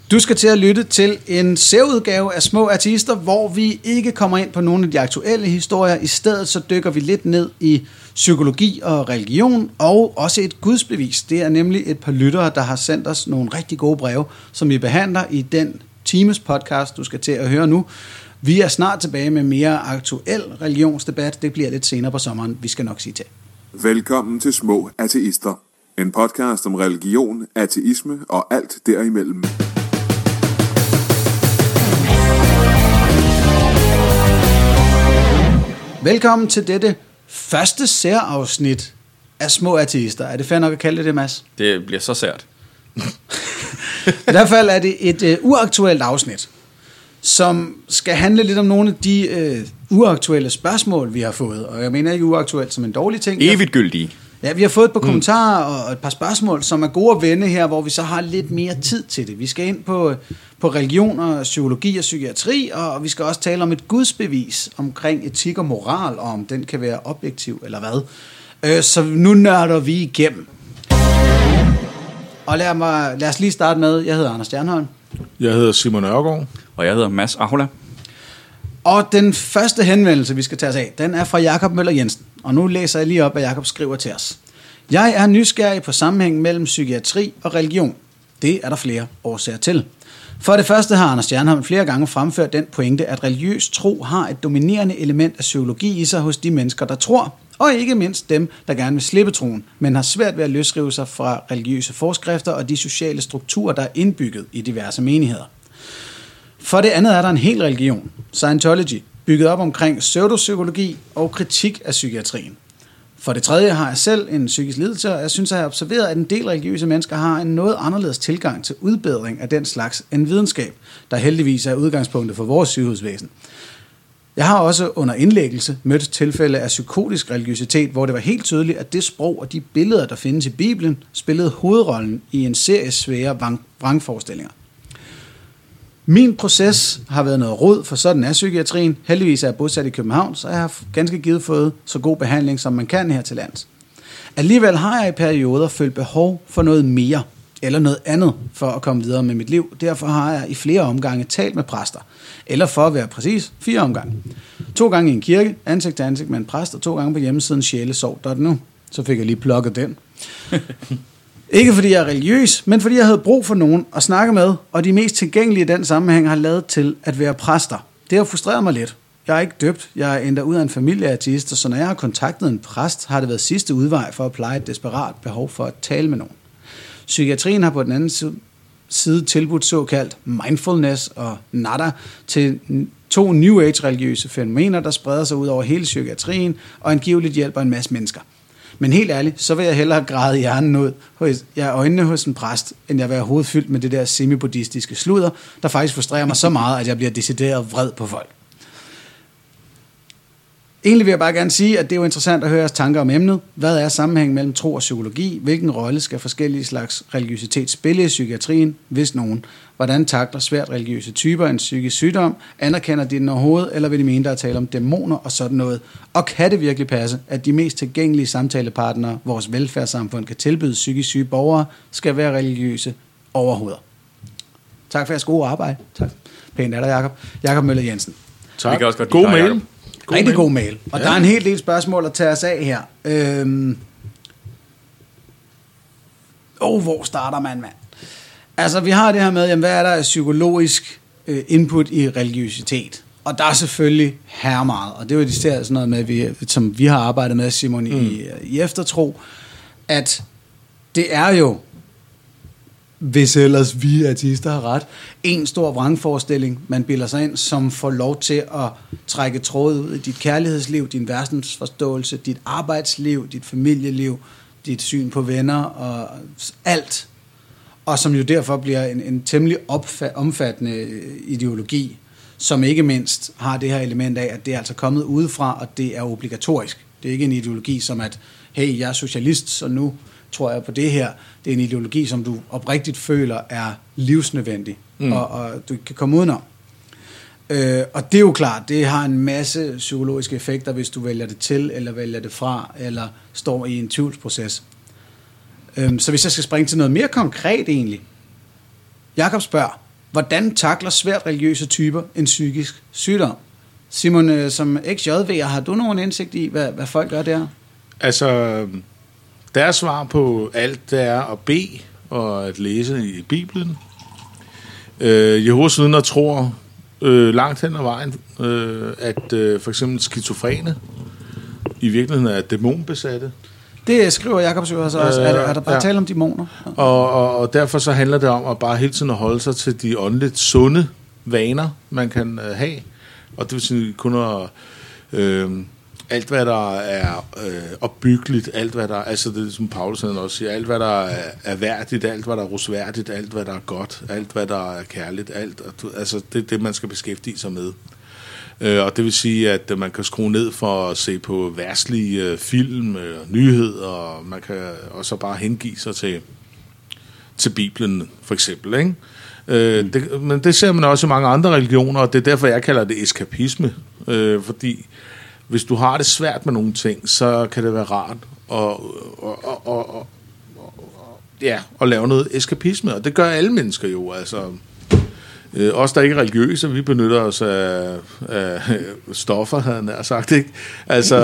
Du skal til at lytte til en særudgave af Små Ateister, hvor vi ikke kommer ind på nogle af de aktuelle historier. I stedet så dykker vi lidt ned i psykologi og religion, og også et gudsbevis. Det er nemlig et par lyttere, der har sendt os nogle rigtig gode breve, som vi behandler i den times podcast, du skal til at høre nu. Vi er snart tilbage med mere aktuel religionsdebat. Det bliver lidt senere på sommeren, vi skal nok sige til. Velkommen til Små Ateister. En podcast om religion, ateisme og alt derimellem. Velkommen til dette første særafsnit af Små Ateister. Er det fair nok at kalde det, Mads? Det bliver så sært. I hvert fald er det et uaktuelt afsnit, som skal handle lidt om nogle af de uaktuelle spørgsmål, vi har fået. Og jeg mener ikke uaktuelt som en dårlig ting. Evigt gyldige. Ja, vi har fået et par kommentarer og et par spørgsmål, som er gode at vende her, hvor vi så har lidt mere tid til det. Vi skal ind på religion og psykologi og psykiatri, og vi skal også tale om et gudsbevis omkring etik og moral, og om den kan være objektiv eller hvad. Så nu nørder vi igennem. Og lad os lige starte med, jeg hedder Anders Stjernholm. Jeg hedder Simon Ørgaard. Og jeg hedder Mads Ahola. Og den første henvendelse, vi skal tage os af, den er fra Jakob Møller Jensen. Og nu læser jeg lige op, hvad Jakob skriver til os. Jeg er nysgerrig på sammenhængen mellem psykiatri og religion. Det er der flere årsager til. For det første har Anders Stjernholm flere gange fremført den pointe, at religiøs tro har et dominerende element af psykologi i sig hos de mennesker, der tror, og ikke mindst dem, der gerne vil slippe troen, men har svært ved at løsrive sig fra religiøse forskrifter og de sociale strukturer, der er indbygget i diverse menigheder. For det andet er der en hel religion, Scientology, bygget op omkring pseudopsykologi og kritik af psykiatrien. For det tredje har jeg selv en psykisk lidelse, og jeg synes, at jeg har observeret, at en del religiøse mennesker har en noget anderledes tilgang til udbedring af den slags end videnskab, der heldigvis er udgangspunktet for vores sygehusvæsen. Jeg har også under indlæggelse mødt tilfælde af psykotisk religiøsitet, hvor det var helt tydeligt, at det sprog og de billeder, der findes i Bibelen, spillede hovedrollen i en serie svære vrangforestillinger. Min proces har været noget rod, for sådan er psykiatrien. Heldigvis er jeg bosat i København, så jeg har ganske givet fået så god behandling, som man kan her til lands. Alligevel har jeg i perioder følt behov for noget mere, eller noget andet, for at komme videre med mit liv. Derfor har jeg i flere omgange talt med præster. Eller for at være præcis, 4 omgange. 2 gange i en kirke, ansigt til ansigt med en præst, og 2 gange på hjemmesiden sjælesorg.nu. Så fik jeg lige plukket den. Ikke fordi jeg er religiøs, men fordi jeg havde brug for nogen at snakke med, og de mest tilgængelige i den sammenhæng har lavet til at være præster. Det har frustreret mig lidt. Jeg er ikke døbt, jeg er endda ud af en familie af ateister, så når jeg har kontaktet en præst, har det været sidste udvej for at pleje et desperat behov for at tale med nogen. Psykiatrien har på den anden side tilbudt såkaldt mindfulness og nada til 2 New Age-religiøse fænomener, der spreder sig ud over hele psykiatrien og angiveligt hjælper en masse mennesker. Men helt ærligt, så vil jeg hellere græde hjernen ud af øjnene hos en præst, end jeg vil være hovedfyldt med det der semi-buddhistiske sludder, der faktisk frustrerer mig så meget, at jeg bliver decideret vred på folk. Egentlig vil jeg bare gerne sige, at det er jo interessant at høre jeres tanker om emnet. Hvad er sammenhængen mellem tro og psykologi? Hvilken rolle skal forskellige slags religiøsitet spille i psykiatrien, hvis nogen? Hvordan takler svært religiøse typer en psykisk sygdom? Anerkender de den overhovedet, eller vil de mene, der er tale om dæmoner og sådan noget? Og kan det virkelig passe, at de mest tilgængelige samtalepartnere, vores velfærdssamfund kan tilbyde psykisk syge borgere, skal være religiøse overhoveder? Tak for jeres gode arbejde. Tak. Pænt er der, Jakob. Jakob Møller Jensen. Tak. Vi kan også godt God mail. Jacob. Rigtig god mail. Og der er en hel del spørgsmål at tage os af her. Hvor starter man, mand? Altså, vi har det her med, jamen, hvad er der af psykologisk input i religiøsitet? Og der er selvfølgelig her meget. Og det er jo især sådan noget med, som vi har arbejdet med, Simon, i eftertro, at det er jo, hvis ellers vi ateister har ret, en stor vrangforestilling, man bilder sig ind, som får lov til at trække tråde ud i dit kærlighedsliv, din verdensforståelse, dit arbejdsliv, dit familieliv, dit syn på venner og alt. Og som jo derfor bliver en temmelig omfattende ideologi, som ikke mindst har det her element af, at det er altså kommet udefra, og det er obligatorisk. Det er ikke en ideologi som at, hey, jeg er socialist, så nu tror jeg på det her. Det er en ideologi, som du oprigtigt føler er livsnødvendig, og du kan komme udenom. Og det er jo klart, det har en masse psykologiske effekter, hvis du vælger det til, eller vælger det fra, eller står i en tvivlsproces. Så hvis jeg skal springe til noget mere konkret egentlig. Jakob spørger, Hvordan takler svært religiøse typer en psykisk sygdom? Simon, som XJV, har du nogen indsigt i, hvad folk gør der? Altså, deres svar på alt, det er at bede og at læse i Bibelen. Jehovas vidner tror langt hen ad vejen, at for eksempel skizofrene i virkeligheden er dæmonbesatte. Det skriver Jakob Søger også. Er der bare tale om dæmoner? Ja. Og derfor så handler det om at bare hele tiden at holde sig til de åndeligt sunde vaner, man kan have. Og det vil sige kun at alt hvad der er opbyggeligt, alt hvad der, altså det som Paulus også siger, alt hvad der er værdigt, alt hvad der er rosværdigt, alt hvad der er godt, alt hvad der er kærligt, alt, altså det er det man skal beskæftige sig med. Og det vil sige, at man kan skrue ned for at se på verdslige film, nyheder, og man kan også bare hengive sig til Bibelen, for eksempel, ikke? Men det ser man også i mange andre religioner, og det er derfor, jeg kalder det eskapisme. Fordi hvis du har det svært med nogle ting, så kan det være rart at lave noget eskapisme, og det gør alle mennesker jo, altså. Os, der ikke er religiøse, vi benytter os af stoffer, havde jeg nær sagt, ikke? Altså,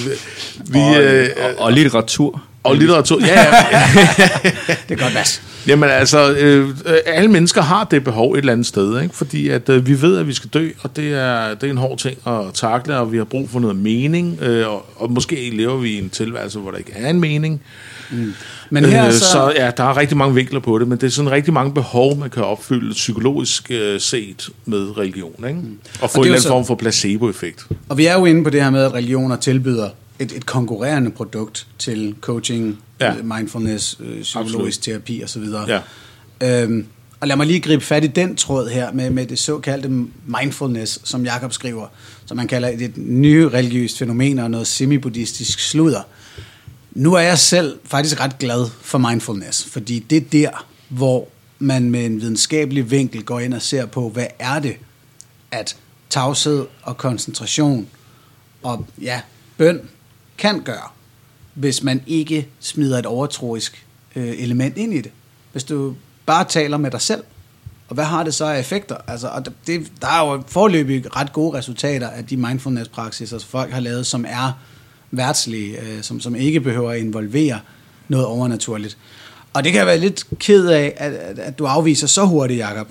og litteratur. Og litteratur, ja. Det er godt, Mads. Jamen altså, alle mennesker har det behov et eller andet sted, ikke? Fordi at vi ved, at vi skal dø, og det er en hård ting at takle, og vi har brug for noget mening, og måske lever vi i en tilværelse, hvor der ikke er en mening. Men her så ja, der er rigtig mange vinkler på det, men det er sådan rigtig mange behov, man kan opfylde psykologisk set med religion, ikke? Og få en eller anden form for placeboeffekt. Og vi er jo inde på det her med, at religioner tilbyder et konkurrerende produkt til coaching, mindfulness, psykologisk terapi osv. Ja. Og lad mig lige gribe fat i den tråd her med det såkaldte mindfulness, som Jakob skriver, som man kalder et nye religiøst fænomen og noget semi-buddhistisk sludder. Nu er jeg selv faktisk ret glad for mindfulness, fordi det er der, hvor man med en videnskabelig vinkel går ind og ser på, hvad er det, at tavshed og koncentration og bøn kan gøre, hvis man ikke smider et overtroisk element ind i det. Hvis du bare taler med dig selv, og hvad har det så af effekter? Altså, og der er jo foreløbig ret gode resultater af de mindfulness-praksiser, som folk har lavet, som er værtslige, som ikke behøver at involvere noget overnaturligt. Og det kan jeg være lidt ked af, at du afviser så hurtigt, Jakob.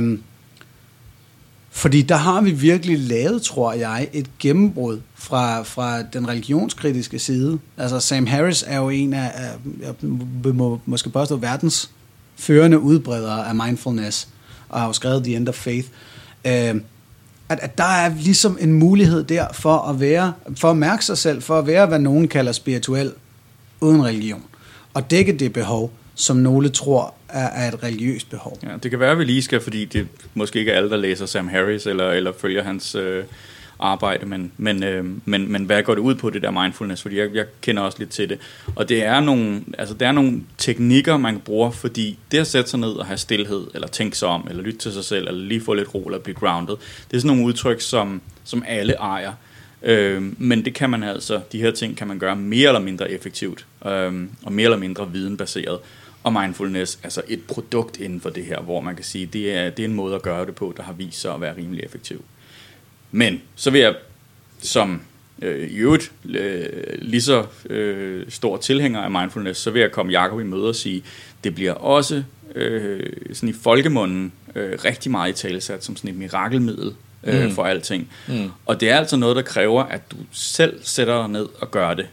Fordi der har vi virkelig lavet, tror jeg, et gennembrud fra den religionskritiske side. Altså Sam Harris er jo en af jeg må måske påstå, verdens førende udbredere af mindfulness, og har jo skrevet The End of Faith. At der er ligesom en mulighed der for at mærke sig selv, for at være, hvad nogen kalder spirituel, uden religion. Og dække det behov, som nogle tror er et religiøst behov. Ja, det kan være, at vi lige skal, fordi det måske ikke er alle, der læser Sam Harris eller følger hans arbejde, men hvad går det ud på, det der mindfulness? Fordi jeg kender også lidt til det. Og det er nogle teknikker, man bruger, fordi det at sætte sig ned og have stilhed, eller tænke sig om, eller lytte til sig selv, eller lige få lidt ro, eller blive grounded, det er sådan nogle udtryk, som alle ejer. Men det kan man altså, de her ting kan man gøre mere eller mindre effektivt, og mere eller mindre videnbaseret. Og mindfulness, altså et produkt inden for det her, hvor man kan sige, det er en måde at gøre det på, der har vist sig at være rimelig effektiv. Men så vil jeg som i øvrigt lige så stor tilhænger af mindfulness, så vil jeg komme Jakob i møde og sige, det bliver også sådan i folkemunden rigtig meget i talesat som sådan et mirakelmiddel for alting. Og det er altså noget, der kræver, at du selv sætter dig ned og gør det.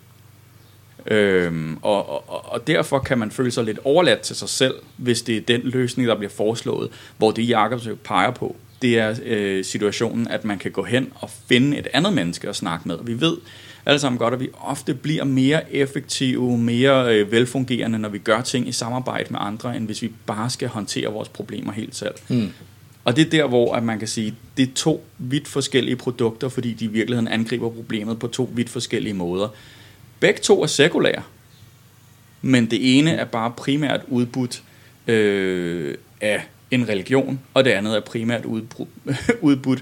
Og derfor kan man føle sig lidt overladt til sig selv, hvis det er den løsning, der bliver foreslået, hvor det Jakob peger på, det er situationen, at man kan gå hen og finde et andet menneske at snakke med. Vi ved alle sammen godt, at vi ofte bliver mere effektive, mere velfungerende, når vi gør ting i samarbejde med andre, end hvis vi bare skal håndtere vores problemer helt selv. Og det er der, hvor at man kan sige, det er to vidt forskellige produkter, fordi de i virkeligheden angriber problemet på to vidt forskellige måder. Begge to er sekulære, men det ene er bare primært udbudt af en religion, og det andet er primært udbudt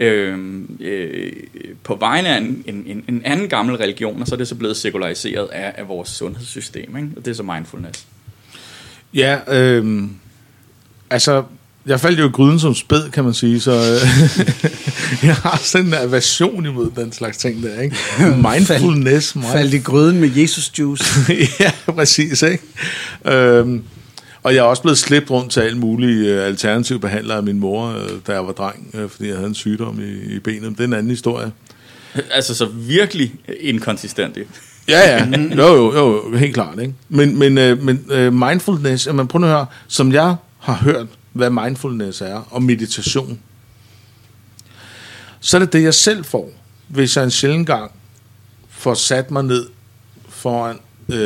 på vegne af en anden gammel religion, og så er det så blevet sekulariseret af vores sundhedssystem, ikke? Og det er så mindfulness. Ja, altså Jeg faldt jo i gryden som spæd, kan man sige, så jeg har sådan en aversion imod den slags ting der, ikke? Mindfulness. Faldt i gryden med Jesus juice. Ja, præcis, ikke? Og jeg er også blevet slæbt rundt til alle mulige alternative behandlere af min mor, da jeg var dreng, fordi jeg havde en sygdom i benet. Det er en anden historie. Altså så virkelig inkonsistent. Ja. Jo, helt klart, ikke? Men mindfulness, man prøver at høre, som jeg har hørt, hvad mindfulness er, og meditation, så er det det, jeg selv får, hvis jeg en sjældent gang får sat mig ned foran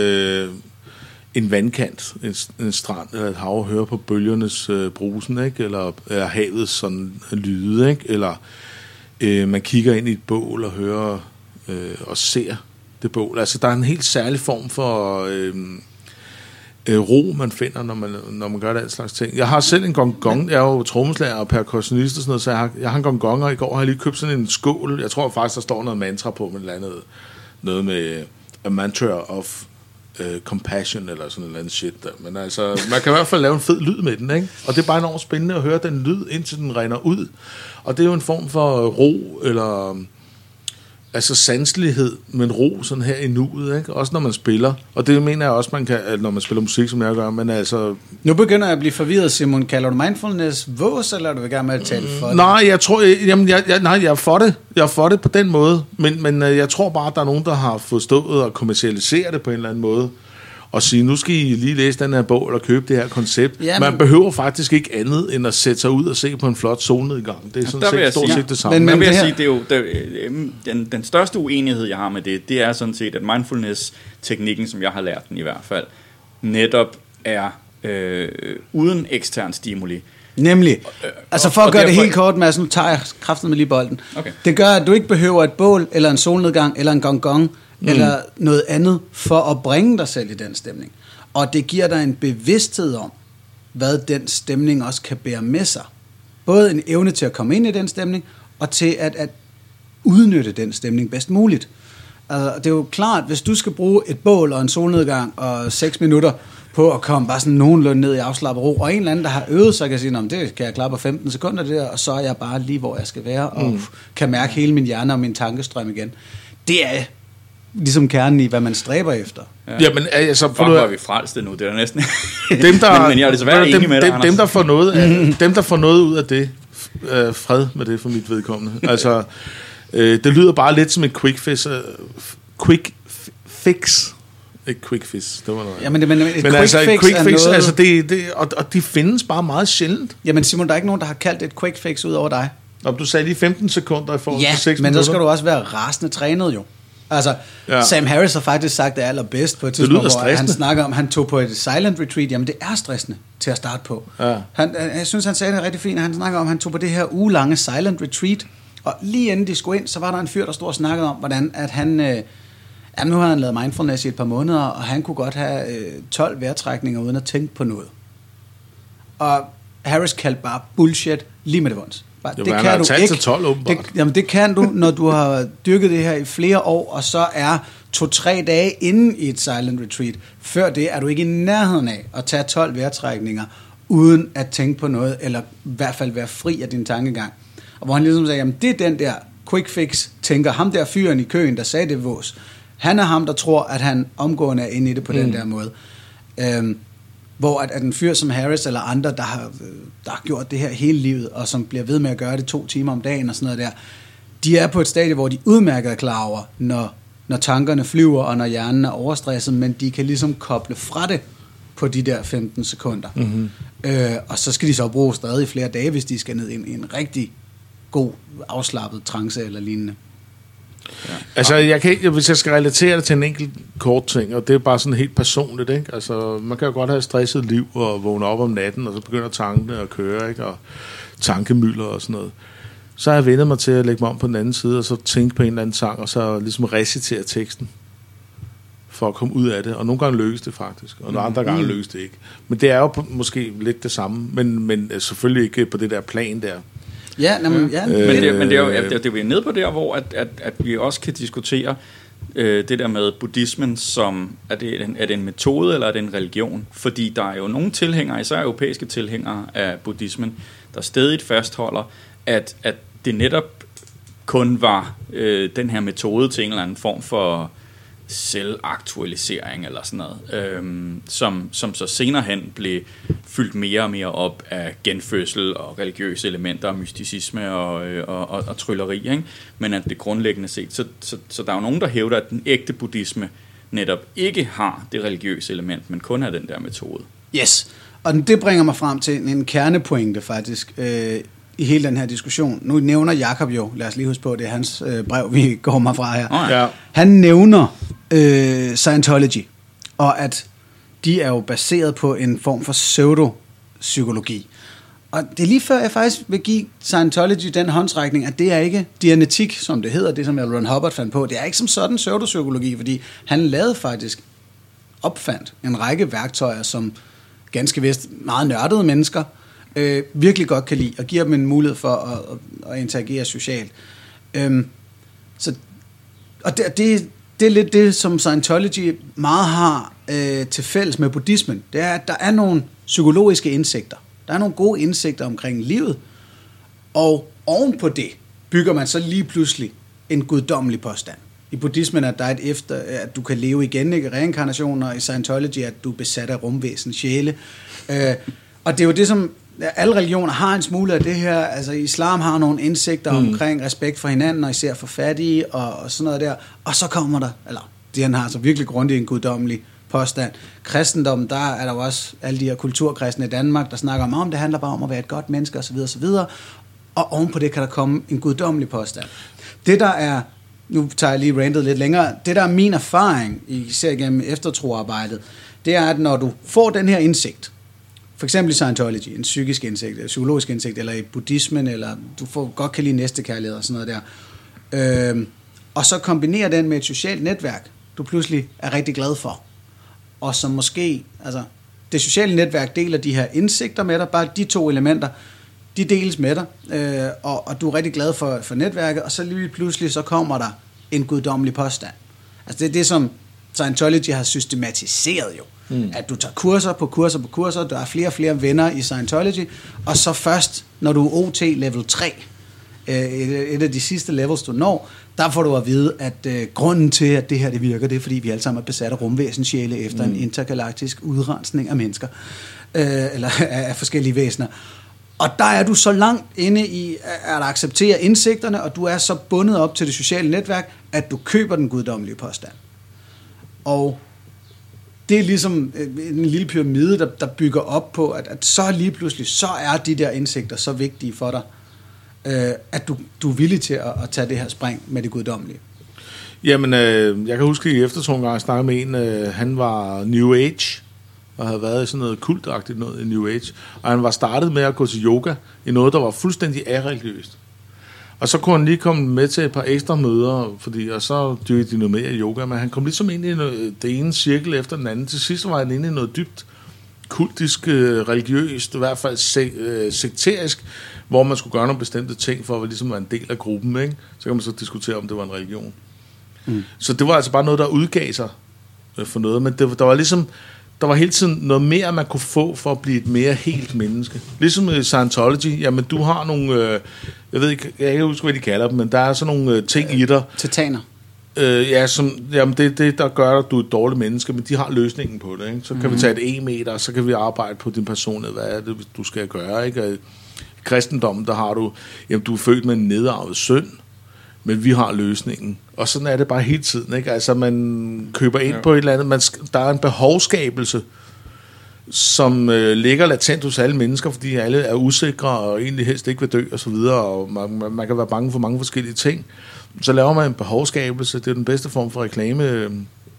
en vandkant, en strand eller et hav, og høre på bølgernes brusen, ikke? Eller havets sådan lyde, ikke? Eller man kigger ind i et bål og hører og ser det bål. Altså der er en helt særlig form for ro, man finder, når man gør den slags ting. Jeg har selv en gong. Jeg er jo trommeslager og percussionist og sådan noget, så jeg har en gong, og i går har jeg lige købt sådan en skål. Jeg tror faktisk, der står noget mantra på, med noget med a mantra of compassion, eller sådan en eller anden shit der. Men altså, man kan i hvert fald lave en fed lyd med den, ikke? Og det er bare enormt spændende at høre den lyd, indtil den rinder ud. Og det er jo en form for ro, eller altså sanselighed, men ro sådan her i nuet, ikke? Også når man spiller. Og det mener jeg også, man kan, når man spiller musik, som jeg gør, men altså... Nu begynder jeg at blive forvirret, Simon. Kalder du mindfulness vås, eller er du i gang med at tale for det? Nej, jeg tror... jeg er for det. Jeg er for det på den måde. Men jeg tror bare, at der er nogen, der har forstået og kommercialisere det på en eller anden måde. Og sige, nu skal I lige læse den her bog, eller købe det her koncept. Jamen, man behøver faktisk ikke andet, end at sætte sig ud og se på en flot solnedgang. Det er sådan stort set det samme. Men vil jeg sige, det er jo den største uenighed, jeg har med det er sådan set, at mindfulness-teknikken, som jeg har lært den i hvert fald, netop er uden ekstern stimuli. Nemlig. Altså for at gøre det helt kort, Mads, nu tager jeg kraften med lige bolden. Okay. Det gør, at du ikke behøver et bål, eller en solnedgang, eller en gong, eller noget andet, for at bringe dig selv i den stemning. Og det giver dig en bevidsthed om, hvad den stemning også kan bære med sig. Både en evne til at komme ind i den stemning, og til at udnytte den stemning bedst muligt. Altså, det er jo klart, hvis du skal bruge et bål og en solnedgang og 6 minutter på at komme bare sådan nogenlunde ned i afslappet ro, og en eller anden, der har øvet sig, kan sige, det kan jeg klare på 15 sekunder der, og så er jeg bare lige, hvor jeg skal være, og kan mærke hele min hjerne og min tankestrøm igen. Det er ligesom kernen i, hvad man stræber efter. Ja. Jamen, altså, hvor er vi frelste nu, det er næsten... Dem, der, men jeg er desværre enig med dig, dem, der får noget ud af det, fred med det for mit vedkommende. Altså, det lyder bare lidt som et quick fix. Ikke quick fix, det var noget. Ja, men altså, et quick fix, noget... altså, og de findes bare meget sjældent. Jamen Simon, der er ikke nogen, der har kaldt et quick fix ud over dig. Og du sagde lige 15 sekunder i forhold til 6 minutter. Men så skal du også være rasende trænet jo. Altså, Sam Harris har faktisk sagt det allerbedst på et tidspunkt, hvor han snakker om, han tog på et silent retreat. Jamen, det er stressende til at starte på. Ja. Jeg synes, han sagde det rigtig fint. Han snakker om, han tog på det her ugelange silent retreat, og lige inden de skulle ind, så var der en fyr, der stod og snakkede om, hvordan at han... nu har han lavet mindfulness i et par måneder, og han kunne godt have 12 vejrtrækninger uden at tænke på noget. Og Harris kaldte bare bullshit lige med det vunds. Det kan du ikke. 12, det kan du, når du har dyrket det her i flere år, og så er 2-3 dage inden i et silent retreat. Før det er du ikke i nærheden af at tage 12 vejrtrækninger, uden at tænke på noget, eller i hvert fald være fri af din tankegang. Og hvor han ligesom sagde, jamen det er den der quick fix, tænker ham der fyren i køen, der sagde det vås. Han er ham, der tror, at han omgående er inde i det på den der måde. Hvor at en fyr som Harris eller andre, der har gjort det her hele livet, og som bliver ved med at gøre det 2 timer om dagen og sådan noget der, de er på et stadie, hvor de udmærket er klar over, når tankerne flyver, og når hjernen er overstresset, men de kan ligesom koble fra det på de der 15 sekunder. Mm-hmm. Og så skal de så bruge stadig flere dage, hvis de skal ned i en rigtig god, afslappet trance eller lignende. Ja. Altså, hvis jeg skal relatere det til en enkelt kort ting, og det er bare sådan helt personligt, ikke? Altså, man kan jo godt have et stresset liv og vågne op om natten, og så begynder tankene at køre, ikke? Og tankemylder og sådan noget. Så har jeg vendt mig til at lægge mig om på den anden side, og så tænke på en eller anden sang, og så ligesom recitere teksten for at komme ud af det. Og nogle gange lykkes det faktisk, og nogle andre gange lykkes det ikke. Men det er jo måske lidt det samme, men selvfølgelig ikke på det der plan der. Ja, men det er jo nede på der, hvor at vi også kan diskutere det der med buddhismen som, er det en metode, eller er det en religion? Fordi der er jo nogle tilhængere, især europæiske tilhængere af buddhismen, der stadig fastholder, at det netop kun var den her metode til en eller anden form for selvaktualisering eller sådan noget, som så senere hen blev fyldt mere og mere op af genfødsel og religiøse elementer og mysticisme og trylleri, ikke? Men at det grundlæggende set, så der er jo nogen, der hævder, at den ægte buddhisme netop ikke har det religiøse element, men kun er den der metode. Yes, og det bringer mig frem til en kernepointe faktisk, i hele den her diskussion. Nu nævner Jakob jo, lad os lige huske på, det er hans brev, vi går mig fra her. Ja. Han nævner Scientology, og at de er jo baseret på en form for pseudopsykologi. Og det er lige før, jeg faktisk vil give Scientology den håndsrækning, at det er ikke dianetik, som det hedder, det som L. Ron Hubbard fandt på. Det er ikke som sådan pseudopsykologi, fordi han lavede faktisk, opfandt en række værktøjer, som ganske vist meget nørdede mennesker virkelig godt kan lide, og giver dem en mulighed for at interagere socialt. Det er lidt det, som Scientology meget har til fælles med buddhismen. Det er, at der er nogle psykologiske indsigter. Der er nogle gode indsigter omkring livet, og ovenpå det bygger man så lige pludselig en guddommelig påstand. I buddhismen er der at du kan leve igen, ikke? Reinkarnationer, i Scientology at du er besat af rumvæsen, sjæle. Og det er jo det, som alle religioner har en smule af det her. Altså islam har nogle indsigter omkring respekt for hinanden, og især for fattige og sådan noget der. Og så kommer der, eller det han har så virkelig grundigt en guddommelig påstand. Kristendommen, der er der jo også alle de her kulturkristne i Danmark, der snakker om, det handler bare om at være et godt menneske osv. osv. Og ovenpå det kan der komme en guddommelig påstand. Det der er, nu tager jeg lige randet lidt længere, det der er min erfaring, især gennem eftertroarbejdet, det er, at når du får den her indsigt, for eksempel i Scientology, en psykisk indsigt, en psykologisk indsigt, eller i buddhismen, eller du godt kan lide næstekærlighed og sådan noget der, og så kombinerer den med et socialt netværk, du pludselig er rigtig glad for, og som måske, altså det sociale netværk deler de her indsigter med dig, bare de to elementer, de deles med dig, og du er rigtig glad for netværket, og så lige pludselig så kommer der en guddommelig påstand. Altså det er det, som Scientology har systematiseret jo. At du tager kurser på kurser, der er flere og flere venner i Scientology, og så først, når du er OT level 3, et af de sidste levels, du når, der får du at vide, at grunden til, at det her det virker, det er, fordi vi alle sammen er besat af rumvæsensjæle efter en intergalaktisk udrensning af mennesker, eller af forskellige væsener. Og der er du så langt inde i at acceptere indsigterne, og du er så bundet op til det sociale netværk, at du køber den guddommelige påstand. Og det er ligesom en lille pyramide, der bygger op på, at så lige pludselig, så er de der indsigter så vigtige for dig, at du er villig til at tage det her spring med det guddommelige. Jamen, jeg kan huske, at i eftertiden, jeg snakkede med en, han var New Age, og havde været i sådan noget kultagtigt noget i New Age, og han var startet med at gå til yoga i noget, der var fuldstændig areligiøst. Og så kunne han lige komme med til et par ekstra møder, og så dyrkede de noget mere yoga, men han kom ligesom ind i det ene cirkel efter den anden. Til sidst var han inde i noget dybt kultisk, religiøst, i hvert fald sekterisk, hvor man skulle gøre nogle bestemte ting for at ligesom være en del af gruppen, ikke? Så kan man så diskutere, om det var en religion. Så det var altså bare noget, der udgav sig for noget, men der var ligesom, der var hele tiden noget mere, man kunne få for at blive et mere helt menneske. Ligesom i Scientology, jamen du har nogle, jeg ved ikke, jeg kan ikke huske, hvad de kalder dem, men der er sådan nogle ting i dig. Titaner. Jamen det er det, der gør, at du er et dårligt menneske, men de har løsningen på det, ikke? Så kan vi tage et e-meter, og så kan vi arbejde på din personlighed, hvad er det, du skal gøre, ikke? I kristendommen, der har du, jamen du er født med en nedarvet søn, men vi har løsningen. Og sådan er det bare hele tiden, ikke? Altså man køber ind på et eller andet, der er en behovskabelse, som ligger latent hos alle mennesker, fordi alle er usikre og egentlig helst ikke vil dø og så videre, og man kan være bange for mange forskellige ting. Så laver man en behovskabelse, det er den bedste form for reklame,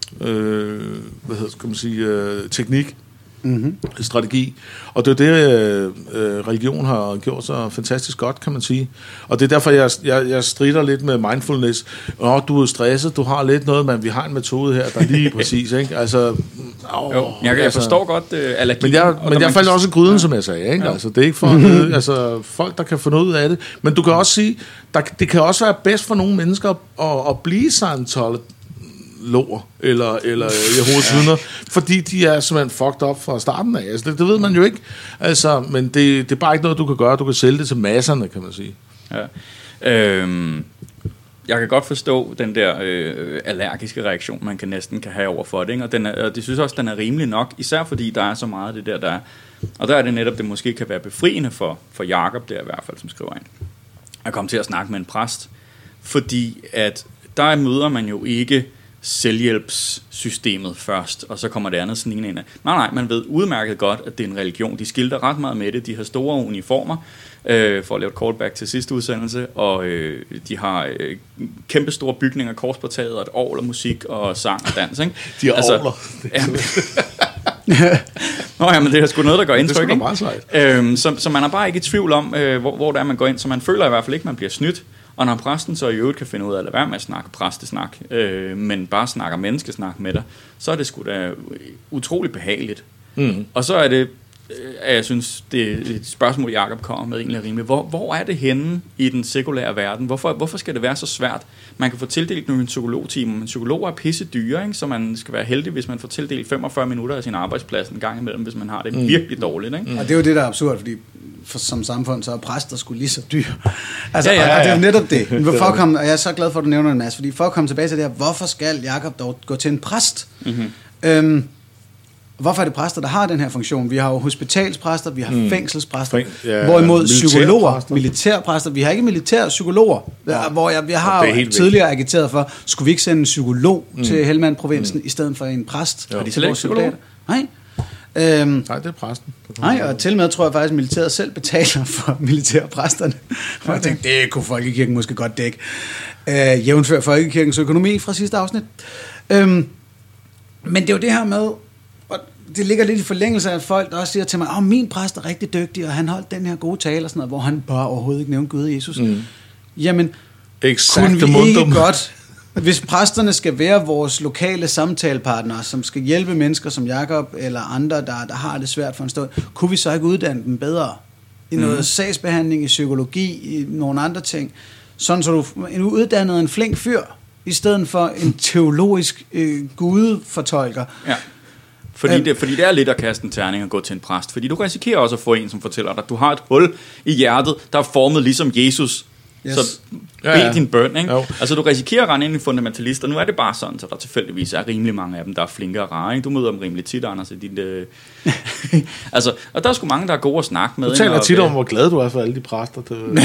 teknik, strategi. Og det er det, religion har gjort så fantastisk godt, kan man sige. Og det er derfor, jeg strider lidt med mindfulness. Du er stresset, du har lidt noget, men vi har en metode her, der er lige præcis, ikke? Altså, jeg forstår godt allergi. Men jeg faldt også i gryden, som jeg sagde, ikke? Ja. Altså, det er ikke for folk, der kan få noget ud af det. Men du kan også sige, det kan også være bedst for nogle mennesker at blive lår eller Jehovas vidner, fordi de er simpelthen fucked up fra starten af. Altså, det ved man jo ikke. Altså, men det er bare ikke noget, du kan gøre. Du kan sælge det til masserne, kan man sige. Ja. Jeg kan godt forstå den der allergiske reaktion, man næsten kan have over for det, ikke? Og det synes også, den er rimelig nok, især fordi der er så meget af det der er. Og der er det netop, det måske kan være befriende for Jakob, der i hvert fald, som skriver ind, at komme til at snakke med en præst, fordi at der møder man jo ikke selvhjælpssystemet først, og så kommer det andet snigende ind af. Nej, man ved udmærket godt, at det er en religion. De skilter ret meget med det. De har store uniformer, for at lave et callback til sidste udsendelse, og de har kæmpe store bygninger, kors på taget, og et orgel og musik og sang og dans, ikke? De har orgler. Nå ja, men det er sgu noget, der gør indtryk, det er sgu meget så man er bare ikke i tvivl om, hvor det er, man går ind, så man føler i hvert fald ikke, man bliver snydt. Og når præsten så i øvrigt kan finde ud af at lade være med at snakke præstesnak, men bare snakker menneskesnak med dig, så er det sgu da utrolig behageligt. Og så er det, jeg synes, det er et spørgsmål, Jakob kommer med egentlig rimeligt. Hvor er det henne i den sekulære verden? Hvorfor skal det være så svært? Man kan få tildelt nogle psykologtimer, men psykologer er pisse dyre, ikke? Så man skal være heldig, hvis man får tildelt 45 minutter af sin arbejdsplads en gang imellem, hvis man har det virkelig dårligt, ikke? Og det er jo det, der er absurd, fordi som samfund, så er præster sgu lige så dyr. Altså, ja. Og det er jo netop det. Men for at komme, og jeg er så glad for, at du nævner en masse, fordi for at komme tilbage til det her, hvorfor skal Jakob dog gå til en præst? Hvorfor er det præster, der har den her funktion? Vi har jo hospitalspræster, vi har fængselspræster, hvorimod psykologer, militærpræster, vi har ikke militærpsykologer, hvor jeg har tidligere agiteret for, skulle vi ikke sende en psykolog til Helmand-provinsen i stedet for en præst? Er de slet ikke psykologer? Nej. Nej, det er præsten. Nej, og til med tror jeg faktisk, at militæret selv betaler for militærpræsterne. For jeg tænkte, det kunne Folkekirken måske godt dække. Jævnfør Folkekirkens økonomi fra sidste afsnit. Men det er jo det her med, og det ligger lidt i forlængelse af folk, der også siger til mig, min præst er rigtig dygtig, og han holdt den her gode tale, og sådan noget, hvor han bare overhovedet ikke nævnte Gud og Jesus. Jamen, kunne vi ikke godt, hvis præsterne skal være vores lokale samtalepartnere, som skal hjælpe mennesker som Jakob eller andre, der har det svært for en stund, kunne vi så ikke uddanne dem bedre i noget sagsbehandling, i psykologi, i nogle andre ting, sådan så du uddannede en flink fyr, i stedet for en teologisk gudefortolker. Ja. Fordi det er lidt at kaste en terning og gå til en præst. Fordi du risikerer også at få en, som fortæller dig, at du har et hul i hjertet, der er formet ligesom Jesus. Yes. Så bed din bøn, ikke? Altså du risikerer at rende ind i fundamentalister. Nu er det bare sådan, så der tilfældigvis er rimelig mange af dem, der er flinke og rare, ikke? Du møder dem rimelig tit, Anders, i dit altså, og der er sgu mange, der er gode at snakke med. Du taler tit om, hvor glad du er for alle de præster.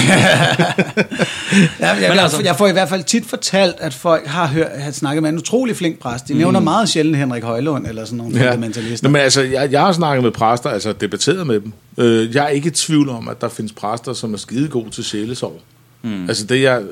Jeg får i hvert fald tit fortalt, at folk har snakket med en utrolig flink præst. De nævner meget sjældent Henrik Højlund eller sådan nogle fundamentalister. Men altså, jeg har snakket med præster, altså debatteret med dem. Jeg er ikke i tvivl om, at der findes præster, som er skide gode til sjælesorg. Altså det er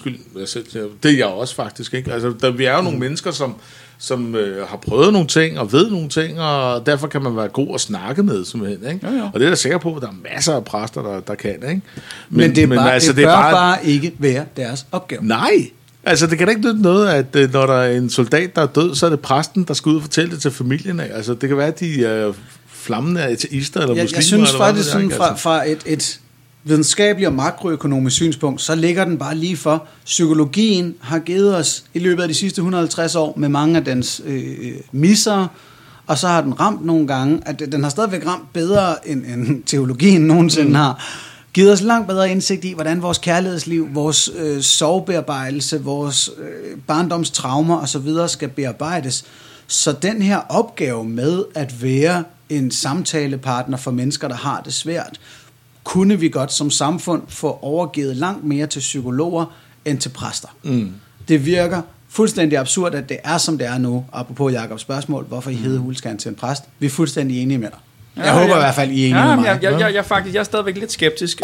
jeg også faktisk, ikke? Altså vi er jo nogle mennesker, som har prøvet nogle ting og ved nogle ting, og derfor kan man være god at snakke med, simpelthen, ikke? Ja. Og det er jeg sikker på, at der er masser af præster, der kan, ikke? Men det bør bare ikke være deres opgave. Nej! Altså, det kan da ikke nytte noget, at når der er en soldat, der er død, så er det præsten, der skal ud og fortælle det til familien af. Altså, det kan være, at de er flammende ateister eller muslimer. Jeg synes faktisk, sådan fra et videnskabeligt og makroøkonomisk synspunkt, så ligger den bare lige for. Psykologien har givet os i løbet af de sidste 150 år med mange af dens misser, og så har den ramt nogle gange, at den har stadigvæk ramt bedre end teologien nogensinde har, givet os langt bedre indsigt i, hvordan vores kærlighedsliv, vores sorgbearbejdelse, vores barndomstraumer osv. skal bearbejdes. Så den her opgave med at være en samtalepartner for mennesker, der har det svært, kunne vi godt som samfund få overgivet langt mere til psykologer end til præster. Det virker fuldstændig absurd, at det er som det er nu, apropos Jakobs spørgsmål, hvorfor I hedder skal til en præst. Vi er fuldstændig enige med dig. Jeg håber i hvert fald, I er enige med mig. Jeg er stadigvæk lidt skeptisk.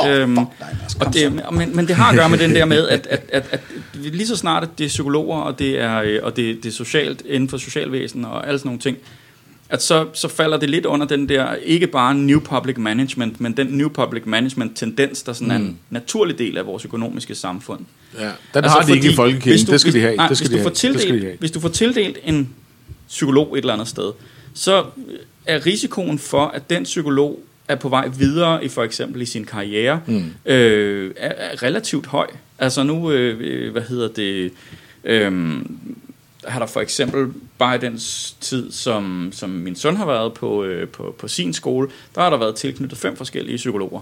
Men det har at gøre med den der med, at lige så snart det er psykologer, og det er socialt inden for socialvæsen og alle sådan nogle ting, at så falder det lidt under den der, ikke bare New Public Management, men den New Public Management tendens, der sådan er en naturlig del af vores økonomiske samfund. Ja, den har de ikke i folkekirken, det skal de have. Hvis du får tildelt en psykolog et eller andet sted, så er risikoen for, at den psykolog er på vej videre i for eksempel i sin karriere, er relativt høj. Altså nu, har der for eksempel bare i den tid, som min søn har været på sin skole, der har der været tilknyttet 5 forskellige psykologer.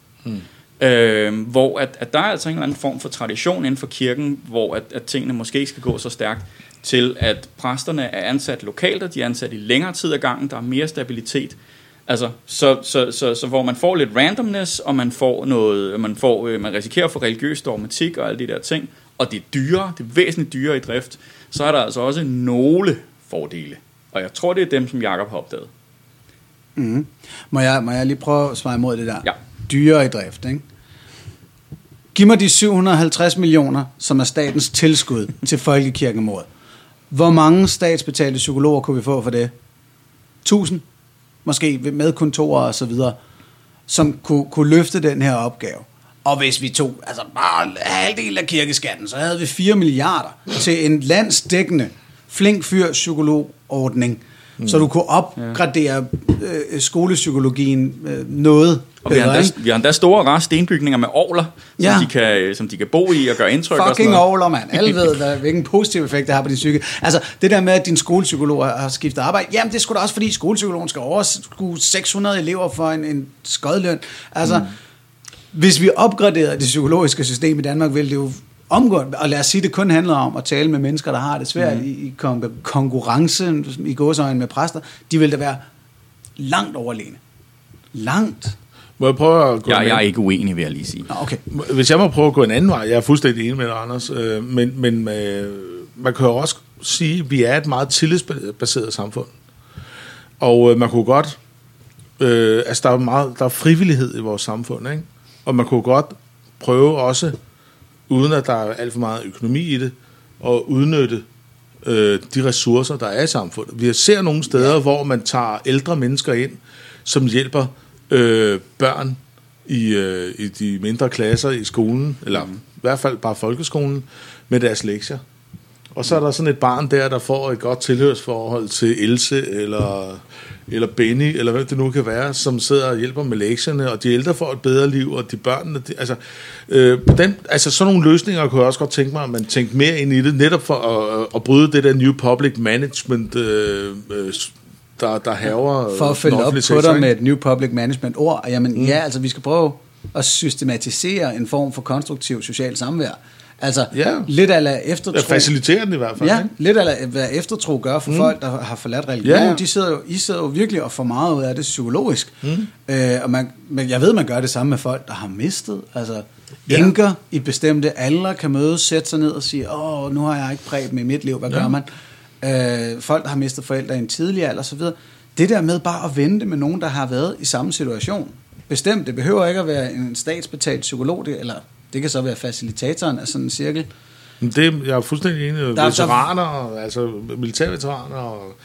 Hvor at der er altså en eller anden form for tradition inden for kirken, hvor at tingene måske ikke skal gå så stærkt, til at præsterne er ansat lokalt, og de er ansat i længere tid ad gangen, der er mere stabilitet. Altså, så hvor man får lidt randomness, og man risikerer at få religiøs dogmatik og alle de der ting, og det er dyrere, det er væsentligt dyrere i drift, så er der altså også nogle fordele. Og jeg tror, det er dem, som Jakob har opdaget. Mm. Må jeg lige prøve at svare imod det der? Ja. Dyrere i drift, ikke? Giv mig de 750 millioner, som er statens tilskud til folkekirkeområdet. Hvor mange statsbetalte psykologer kunne vi få for det? 1000? Måske med kontorer og så videre, som kunne løfte den her opgave. Og hvis vi tog bare halvdelen af kirkeskatten, så havde vi 4 milliarder til en landsdækkende flink fyr psykologordning, så du kunne opgradere skolepsykologien noget. Og vi har endda store rare stenbygninger med orgler, som de kan bo i og gøre indtryk. Fucking orgler, mand. Alle ved, hvilken positiv effekt det har på din psyke. Altså, det der med, at din skolepsykolog har skiftet arbejde, jamen det er sgu da også, fordi skolepsykologen skal overskue 600 elever for en skodløn. Altså, hvis vi opgraderede det psykologiske system i Danmark, ville det jo omgående, og lad os sige, det kun handler om at tale med mennesker, der har det svært i konkurrence i gåseøjne med præster, de vil da være langt overlegne. Langt. Må jeg prøve at gå jeg er ikke uenig, vil jeg lige sige. Okay. Hvis jeg må prøve at gå en anden vej, jeg er fuldstændig enig med dig, Anders, men man kan jo også sige, at vi er et meget tillidsbaseret samfund. Og man kunne godt, der er frivillighed i vores samfund, ikke? Og man kunne godt prøve også, uden at der er alt for meget økonomi i det, at udnytte de ressourcer, der er i samfundet. Vi ser nogle steder, hvor man tager ældre mennesker ind, som hjælper børn i de mindre klasser i skolen, eller i hvert fald bare folkeskolen, med deres lektier. Og så er der sådan et barn der får et godt tilhørsforhold til Else, eller Benny, eller hvem det nu kan være, som sidder og hjælper med lektierne, og de ældre får et bedre liv, og de børnene, sådan nogle løsninger kunne jeg også godt tænke mig, at man tænkte mere ind i det, netop for at bryde det der New Public Management, der hærger. For at følge op på dig med et New Public Management ord, jamen altså vi skal prøve at systematisere en form for konstruktiv social samvær. Altså, lidt af lade eftertro. Faciliterer den i hvert fald. Ja, lidt af hvad eftertro gør for folk, der har forladt religion. I sidder jo virkelig og får meget ud af det psykologisk. Men jeg ved, man gør det samme med folk, der har mistet. Altså, enker i bestemte aldre kan mødes, sætte sig ned og sige, nu har jeg ikke præget med mit liv, hvad gør man? Folk, der har mistet forældre i en tidlig alder, så videre. Det der med bare at vente med nogen, der har været i samme situation. Bestemt, det behøver ikke at være en statsbetalt psykolog, eller det kan så være facilitatoren af sådan en cirkel. Jeg er fuldstændig enig. Veteraner, altså militærveteraner, og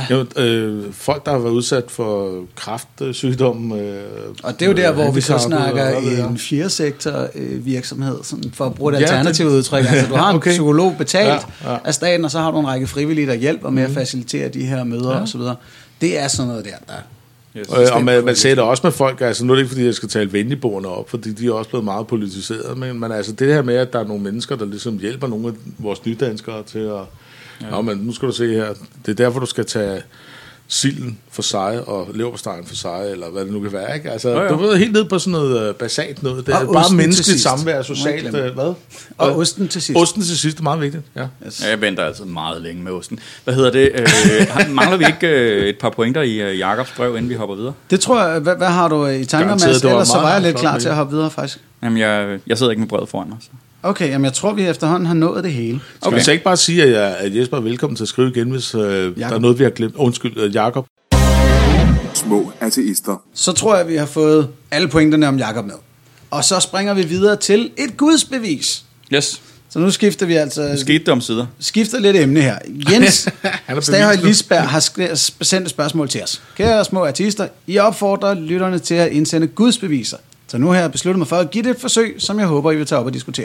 folk, der har været udsat for kræftsygdom. Og det er jo der, hvor vi så snakker en fjerdesektor virksomhed, sådan for at bruge et alternativt udtryk. Altså, du har en psykolog betalt af staten, og så har du en række frivillige, der hjælper med at facilitere de her møder osv. Det er sådan noget der og man ser det også med folk, altså nu er det ikke fordi, jeg skal tale venligboerne op, fordi de er også blevet meget politiseret, men altså det her med, at der er nogle mennesker, der ligesom hjælper nogle af vores nydanskere til at, men nu skal du se her, det er derfor, du skal tage silden for sig, og leverpostejen for sig, eller hvad det nu kan være, ikke? Altså, du ved helt ned på sådan noget basalt noget, det er bare menneskeligt samvær, socialt, hvad? Og osten til sidst. Osten til sidst er meget vigtigt, Yes. Jeg venter altid meget længe med osten. Hvad hedder det? Mangler vi ikke et par pointer i Jakobs brev, inden vi hopper videre? Det tror jeg, hvad har du i tanker, Mads? Ellers så var jeg lidt klar til at hoppe videre, faktisk. Jamen, jeg sidder ikke med brevet foran mig, så. Okay, jamen jeg tror, vi efterhånden har nået det hele. Skal vi så ikke bare sige, at Jesper er velkommen til at skrive igen, hvis der er noget, vi har glemt? Undskyld, Jakob. Små ateister. Så tror jeg, vi har fået alle pointerne om Jakob med. Og så springer vi videre til et gudsbevis. Yes. Så nu skifter vi altså... Skete det om sider. Skifter lidt emne her. Jens Staghøj Lisberg har sendt et spørgsmål til os. Kære små ateister, I opfordrer lytterne til at indsende gudsbeviser. Så nu har jeg besluttet mig for at give det et forsøg, som jeg håber, I vil tage op og diskutere.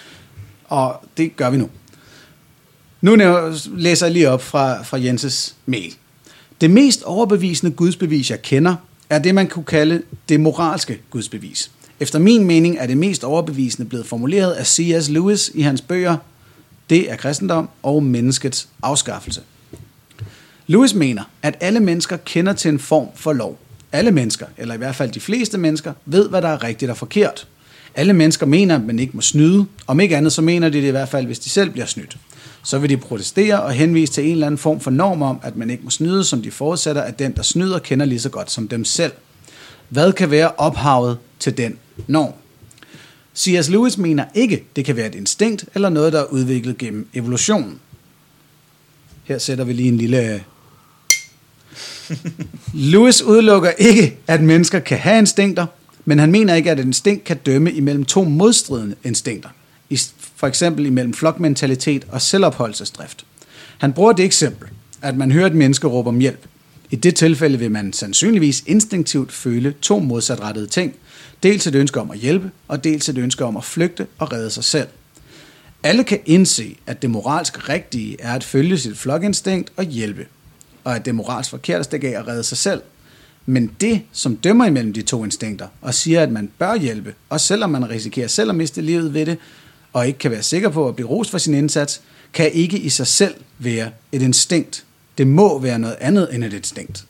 Og det gør vi nu. Nu læser jeg lige op fra Jenses mail. Det mest overbevisende gudsbevis, jeg kender, er det, man kunne kalde det moralske gudsbevis. Efter min mening er det mest overbevisende blevet formuleret af C.S. Lewis i hans bøger Det er kristendom og menneskets afskaffelse. Lewis mener, at alle mennesker kender til en form for lov. Alle mennesker, eller i hvert fald de fleste mennesker, ved, hvad der er rigtigt og forkert. Alle mennesker mener, at man ikke må snyde. Om ikke andet, så mener de det i hvert fald, hvis de selv bliver snydt. Så vil de protestere og henvise til en eller anden form for norm om, at man ikke må snyde, som de forudsætter, at den, der snyder, kender lige så godt som dem selv. Hvad kan være ophavet til den norm? C.S. Lewis mener ikke, det kan være et instinkt eller noget, der er udviklet gennem evolutionen. Her sætter vi lige en lille... Lewis udelukker ikke, at mennesker kan have instinkter, men han mener ikke, at et instinkt kan dømme imellem to modstridende instinkter. For eksempel imellem flokmentalitet og selvopholdelsesdrift. Han bruger det eksempel, at man hører et menneske råbe om hjælp. I det tilfælde vil man sandsynligvis instinktivt føle to modsatrettede ting. Dels et ønske om at hjælpe, og dels et ønske om at flygte og redde sig selv. Alle kan indse, at det moralsk rigtige er at følge sit flokinstinkt og hjælpe, og at det moralsk forkerte stikker af at redde sig selv. Men det, som dømmer imellem de to instinkter, og siger, at man bør hjælpe, også selvom man risikerer selv at miste livet ved det, og ikke kan være sikker på at blive rost for sin indsats, kan ikke i sig selv være et instinkt. Det må være noget andet end et instinkt.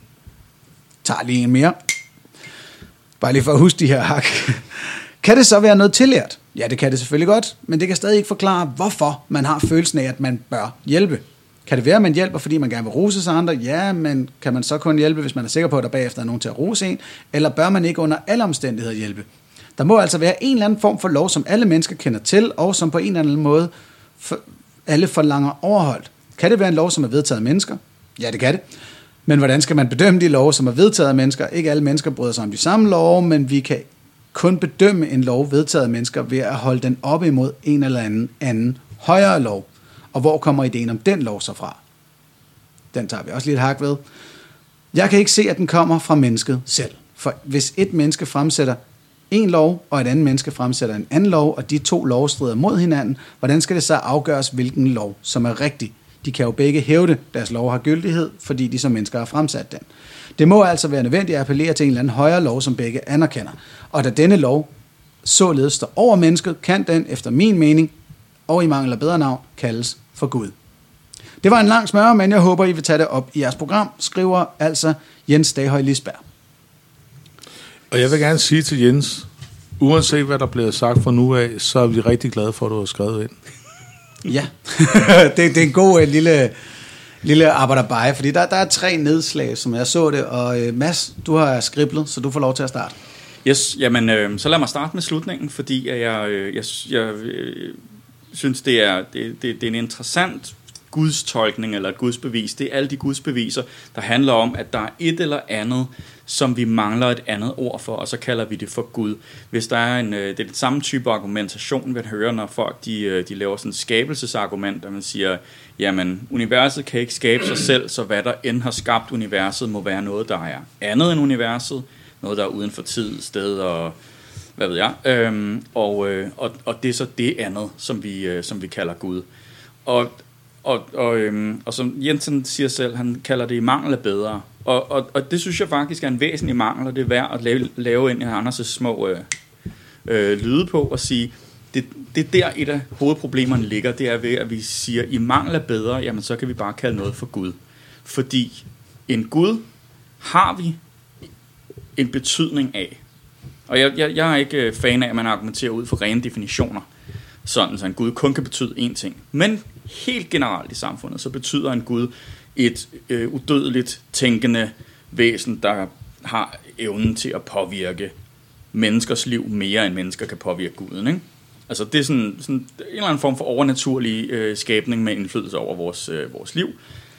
Tager lige en mere. Bare lige for at huske de her hak. Kan det så være noget tillært? Ja, det kan det selvfølgelig godt, men det kan stadig ikke forklare, hvorfor man har følelsen af, at man bør hjælpe. Kan det være, at man hjælper, fordi man gerne vil rose sig andre? Ja, men kan man så kun hjælpe, hvis man er sikker på, at der bagefter er nogen til at rose en? Eller bør man ikke under alle omstændigheder hjælpe? Der må altså være en eller anden form for lov, som alle mennesker kender til, og som på en eller anden måde alle forlanger overholdt. Kan det være en lov, som er vedtaget af mennesker? Ja, det kan det. Men hvordan skal man bedømme de love, som er vedtaget af mennesker? Ikke alle mennesker bryder sig om de samme love, men vi kan kun bedømme en lov vedtaget af mennesker ved at holde den op imod en eller anden højere lov. Og hvor kommer ideen om den lov så fra? Den tager vi også lidt hak ved. Jeg kan ikke se, at den kommer fra mennesket selv. For hvis et menneske fremsætter en lov, og et andet menneske fremsætter en anden lov, og de to love strider mod hinanden, hvordan skal det så afgøres, hvilken lov, som er rigtig? De kan jo begge hævde, deres lov har gyldighed, fordi de som mennesker har fremsat den. Det må altså være nødvendigt at appellere til en eller anden højere lov, som begge anerkender. Og da denne lov således står over mennesket, kan den, efter min mening, og i mangel af bedre navn, kaldes for Gud. Det var en lang smør, men jeg håber, I vil tage det op i jeres program, skriver altså Jens Daghøj Lisberg. Og jeg vil gerne sige til Jens, uanset hvad der bliver sagt fra nu af, så er vi rigtig glade for, at du har skrevet ind. Ja, det er en god lille arbejderbeje, fordi der er 3 nedslag, som jeg så det, og Mads, du har skriblet, så du får lov til at starte. Yes, jamen, så lad mig starte med slutningen, fordi jeg synes, det er en interessant gudstolkning eller et gudsbevis. Det er alle de gudsbeviser, der handler om, at der er et eller andet, som vi mangler et andet ord for, og så kalder vi det for Gud. Hvis der er det er den samme type argumentation, vi hører, når folk de laver sådan et skabelsesargument, der man siger, jamen, universet kan ikke skabe sig selv, så hvad der end har skabt universet, må være noget, der er andet end universet, noget, der er uden for tid, sted og hvad ved jeg, og det er så det andet, som vi kalder Gud. Og som Jensen siger selv, han kalder det i mangel af bedre. Og det synes jeg faktisk er en væsentlig mangel, og det er værd at lave ind i Anders' små lyde på og sige, det er der et af hovedproblemerne ligger, det er ved, at vi siger, i mangel af bedre, jamen så kan vi bare kalde noget for Gud. Fordi en Gud har vi en betydning af. Og jeg er ikke fan af, at man argumenterer ud for rene definitioner, sådan så en Gud kun kan betyde én ting. Men helt generelt i samfundet, så betyder en Gud et udødeligt tænkende væsen, der har evnen til at påvirke menneskers liv mere, end mennesker kan påvirke Guden, ikke? Altså det er sådan en eller anden form for overnaturlig skabning med indflydelse over vores liv.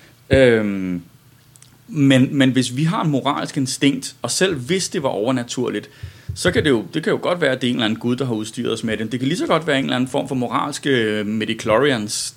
Men hvis vi har en moralsk instinkt, og selv hvis det var overnaturligt, så kan det kan jo godt være, at det er en eller anden Gud, der har udstyret os med det. Det kan lige så godt være en eller anden form for moralske midichlorians,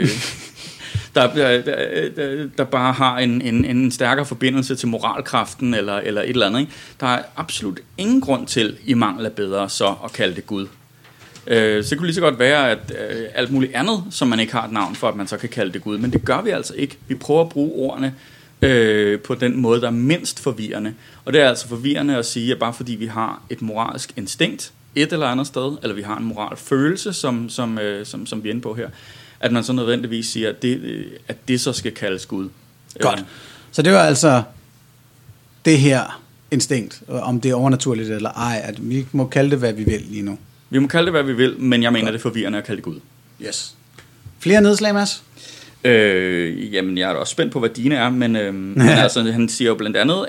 der bare har en stærkere forbindelse til moralkraften eller et eller andet, ikke? Der er absolut ingen grund til, i mangel af bedre, så at kalde det Gud. Så det kunne lige så godt være, at alt muligt andet, som man ikke har et navn for, at man så kan kalde det Gud. Men det gør vi altså ikke. Vi prøver at bruge ordene på den måde, der er mindst forvirrende. Og det er altså forvirrende at sige, at bare fordi vi har et moralsk instinkt et eller andet sted, eller vi har en moralfølelse, som vi er inde på her, at man så nødvendigvis siger, at det så skal kaldes Gud. Godt. Så det var altså det her instinkt, om det er overnaturligt eller ej, at vi må kalde det, hvad vi vil lige nu. Vi må kalde det, hvad vi vil, men jeg mener, det er forvirrende at kalde det Gud. Yes. Flere nedslag, Mads? Jamen, jeg er også spændt på, hvad dine er, men altså, han siger jo blandt andet,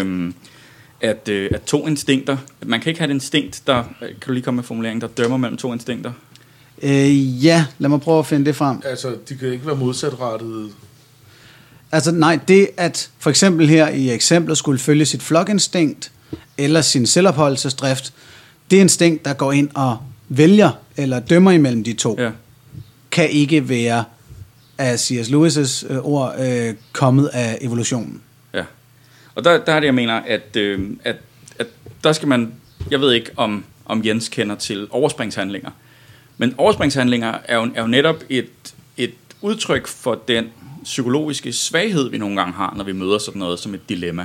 at to instinkter, man kan ikke have et instinkt, der, kan du lige komme med formuleringen, der dømmer mellem to instinkter? Ja, lad mig prøve at finde det frem. Altså, de kan ikke være modsatrettede. Altså nej, det at for eksempel her i eksemplet skulle følge sit flokinstinkt eller sin selvopholdelsesdrift, det instinkt, der går ind og vælger eller dømmer imellem de to, kan ikke være af C.S. Lewis' ord kommet af evolutionen. Ja, og der er det, jeg mener, at der skal man, jeg ved ikke om Jens kender til overspringshandlinger, men overspringshandlinger er jo netop et udtryk for den psykologiske svaghed, vi nogle gange har, når vi møder sådan noget som et dilemma.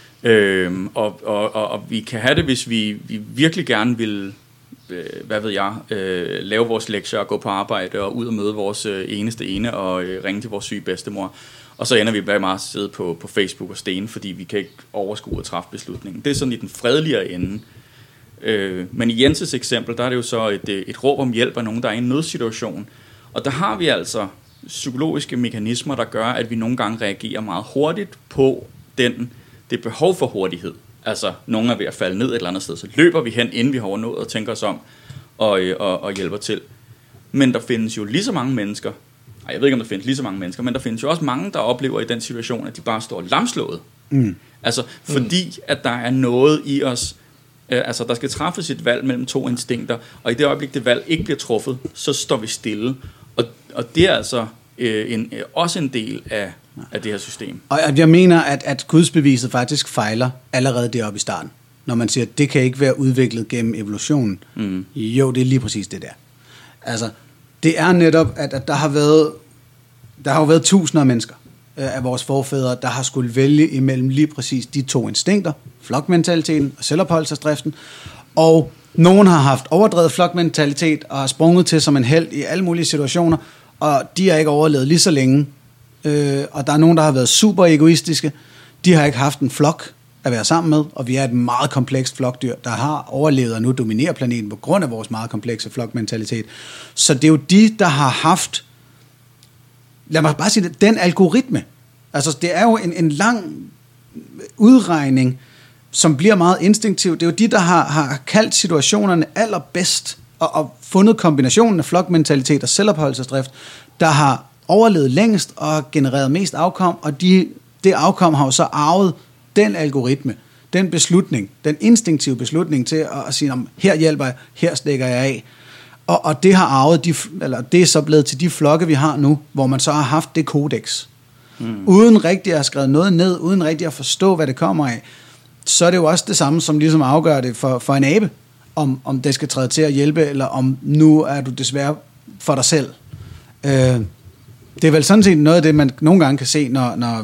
Og vi kan have det, hvis vi virkelig gerne vil, lave vores lektier og gå på arbejde og ud og møde vores eneste ene og ringe til vores syge bedstemor. Og så ender vi bare meget at sidde på Facebook og stene, fordi vi kan ikke overskue at træffe beslutningen. Det er sådan i den fredeligere ende. Men i Jenses eksempel, der er det jo så et råb om hjælp af nogen, der er i en nødsituation. Og der har vi altså psykologiske mekanismer, der gør, at vi nogle gange reagerer meget hurtigt på det behov for hurtighed. Altså, nogen er ved at falde ned et eller andet sted, så løber vi hen, inden vi har nået og tænker os om og hjælper til. Men der findes jo lige så mange mennesker, jeg ved ikke, om der findes lige så mange mennesker, men der findes jo også mange, der oplever i den situation, at de bare står lamslået. Altså, fordi at der er noget i os, altså der skal træffes et valg mellem to instinkter, og i det øjeblik, det valg ikke bliver truffet, så står vi stille. Og det er altså også en del af det her system. Og jeg mener, at gudsbeviset faktisk fejler allerede deroppe i starten. Når man siger, at det kan ikke være udviklet gennem evolutionen. Jo, det er lige præcis det der. Altså, det er netop, at der har været tusinder af mennesker af vores forfædre, der har skulle vælge imellem lige præcis de to instinkter, flokmentaliteten og selvopholdelsesdriften, og nogen har haft overdrevet flokmentalitet og har sprunget til som en helt i alle mulige situationer, og de har ikke overlevet lige så længe. Og der er nogen, der har været super egoistiske. De har ikke haft en flok at være sammen med, og vi er et meget komplekst flokdyr, der har overlevet og nu dominerer planeten på grund af vores meget komplekse flokmentalitet. Så det er jo de, der har haft, lad mig bare sige det, den algoritme. Altså det er jo en lang udregning, som bliver meget instinktiv. Det er jo de, der har kaldt situationerne allerbedst og fundet kombinationen af flokmentalitet og selvopholdelsesdrift, der har overlevet længst og genereret mest afkom, og det afkom har jo så arvet den algoritme, den beslutning, den instinktive beslutning til at sige, her hjælper jeg, her stikker jeg af. Og det har arvet, det er så blevet til de flokke, vi har nu, hvor man så har haft det kodex. Uden rigtig at have skrevet noget ned, uden rigtig at forstå, hvad det kommer af, så er det jo også det samme, som ligesom afgør det for en abe, om det skal træde til at hjælpe, eller om nu er du desværre for dig selv. Det er vel sådan set noget af det, man nogle gange kan se, når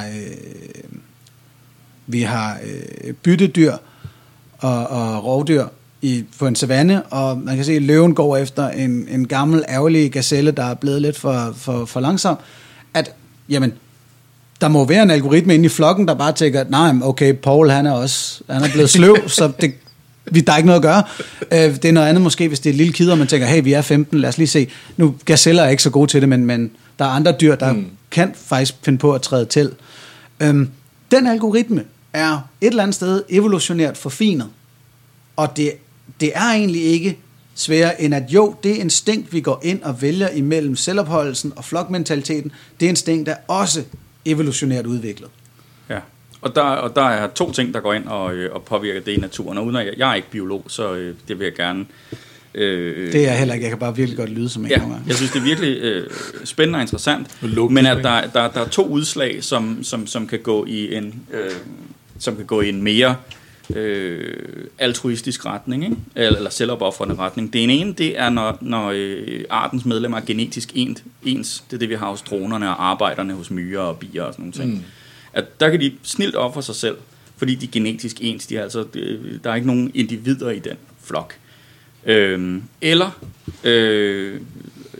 vi har byttedyr og rovdyr på en savanne, og man kan se, at løven går efter en gammel, ærgerlig gazelle, der er blevet lidt for langsom, at jamen, der må være en algoritme inde i flokken, der bare tænker, nej, okay, Paul han er blevet sløv, så der er ikke noget at gøre. Det er noget andet måske, hvis det er et lille kid, og man tænker, hey, vi er 15, lad os lige se. Nu, gazeller er ikke så gode til det, men der er andre dyr, der kan faktisk finde på at træde til. Den algoritme er et eller andet sted evolutionært forfinet, og det er egentlig ikke sværere end at jo, det instinkt, vi går ind og vælger imellem selvopholdelsen og flokmentaliteten, det instinkt er også evolutionært udviklet. Ja, og der er to ting, der går ind og påvirker det i naturen, og uden at jeg er ikke biolog, så det vil jeg gerne... det er jeg heller ikke, jeg kan bare virkelig godt lyde som en. Ja, jeg synes, det er virkelig spændende og interessant, men at der er to udslag, som kan gå i en mere altruistisk retning, ikke? Eller selvopoffrende retning. Det ene, det er, når artens medlemmer er genetisk ens. Det er det, vi har hos dronerne og arbejderne hos myrer og bier og sådan nogle ting. At der kan de snilt ofre sig selv, fordi de er genetisk ens. Der er ikke nogen individer i den flok. Eller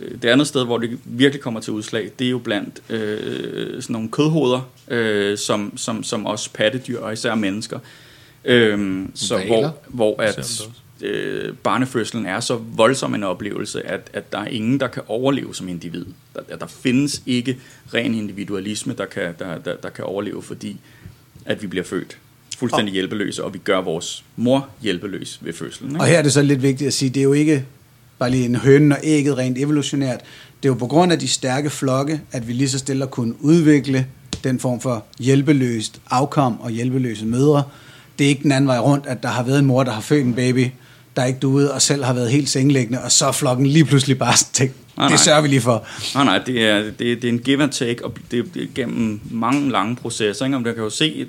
det andet sted, hvor det virkelig kommer til udslag, det er jo blandt sådan nogle kødhoveder, som også pattedyr, og især mennesker. Så hvor at barnefødslen er så voldsom en oplevelse, at der er ingen, der kan overleve som individ. Der findes ikke ren individualisme, der kan overleve, fordi at vi bliver født fuldstændig hjælpeløse, og vi gør vores mor hjælpeløs ved fødslen. Ikke? Og her er det så lidt vigtigt at sige, det er jo ikke bare lige en hønen og ægget rent evolutionært. Det er jo på grund af de stærke flokke, at vi lige så stille kunne udvikle den form for hjælpeløst afkom og hjælpeløse mødre. Det er ikke den anden vej rundt, at der har været en mor, der har født en baby, der ikke duede, og selv har været helt sengeliggende, og så er flokken lige pludselig bare tænkt, det sørger vi lige for. Nej, det er en give and take, og det er gennem mange lange processer, ikke? Og man kan jo se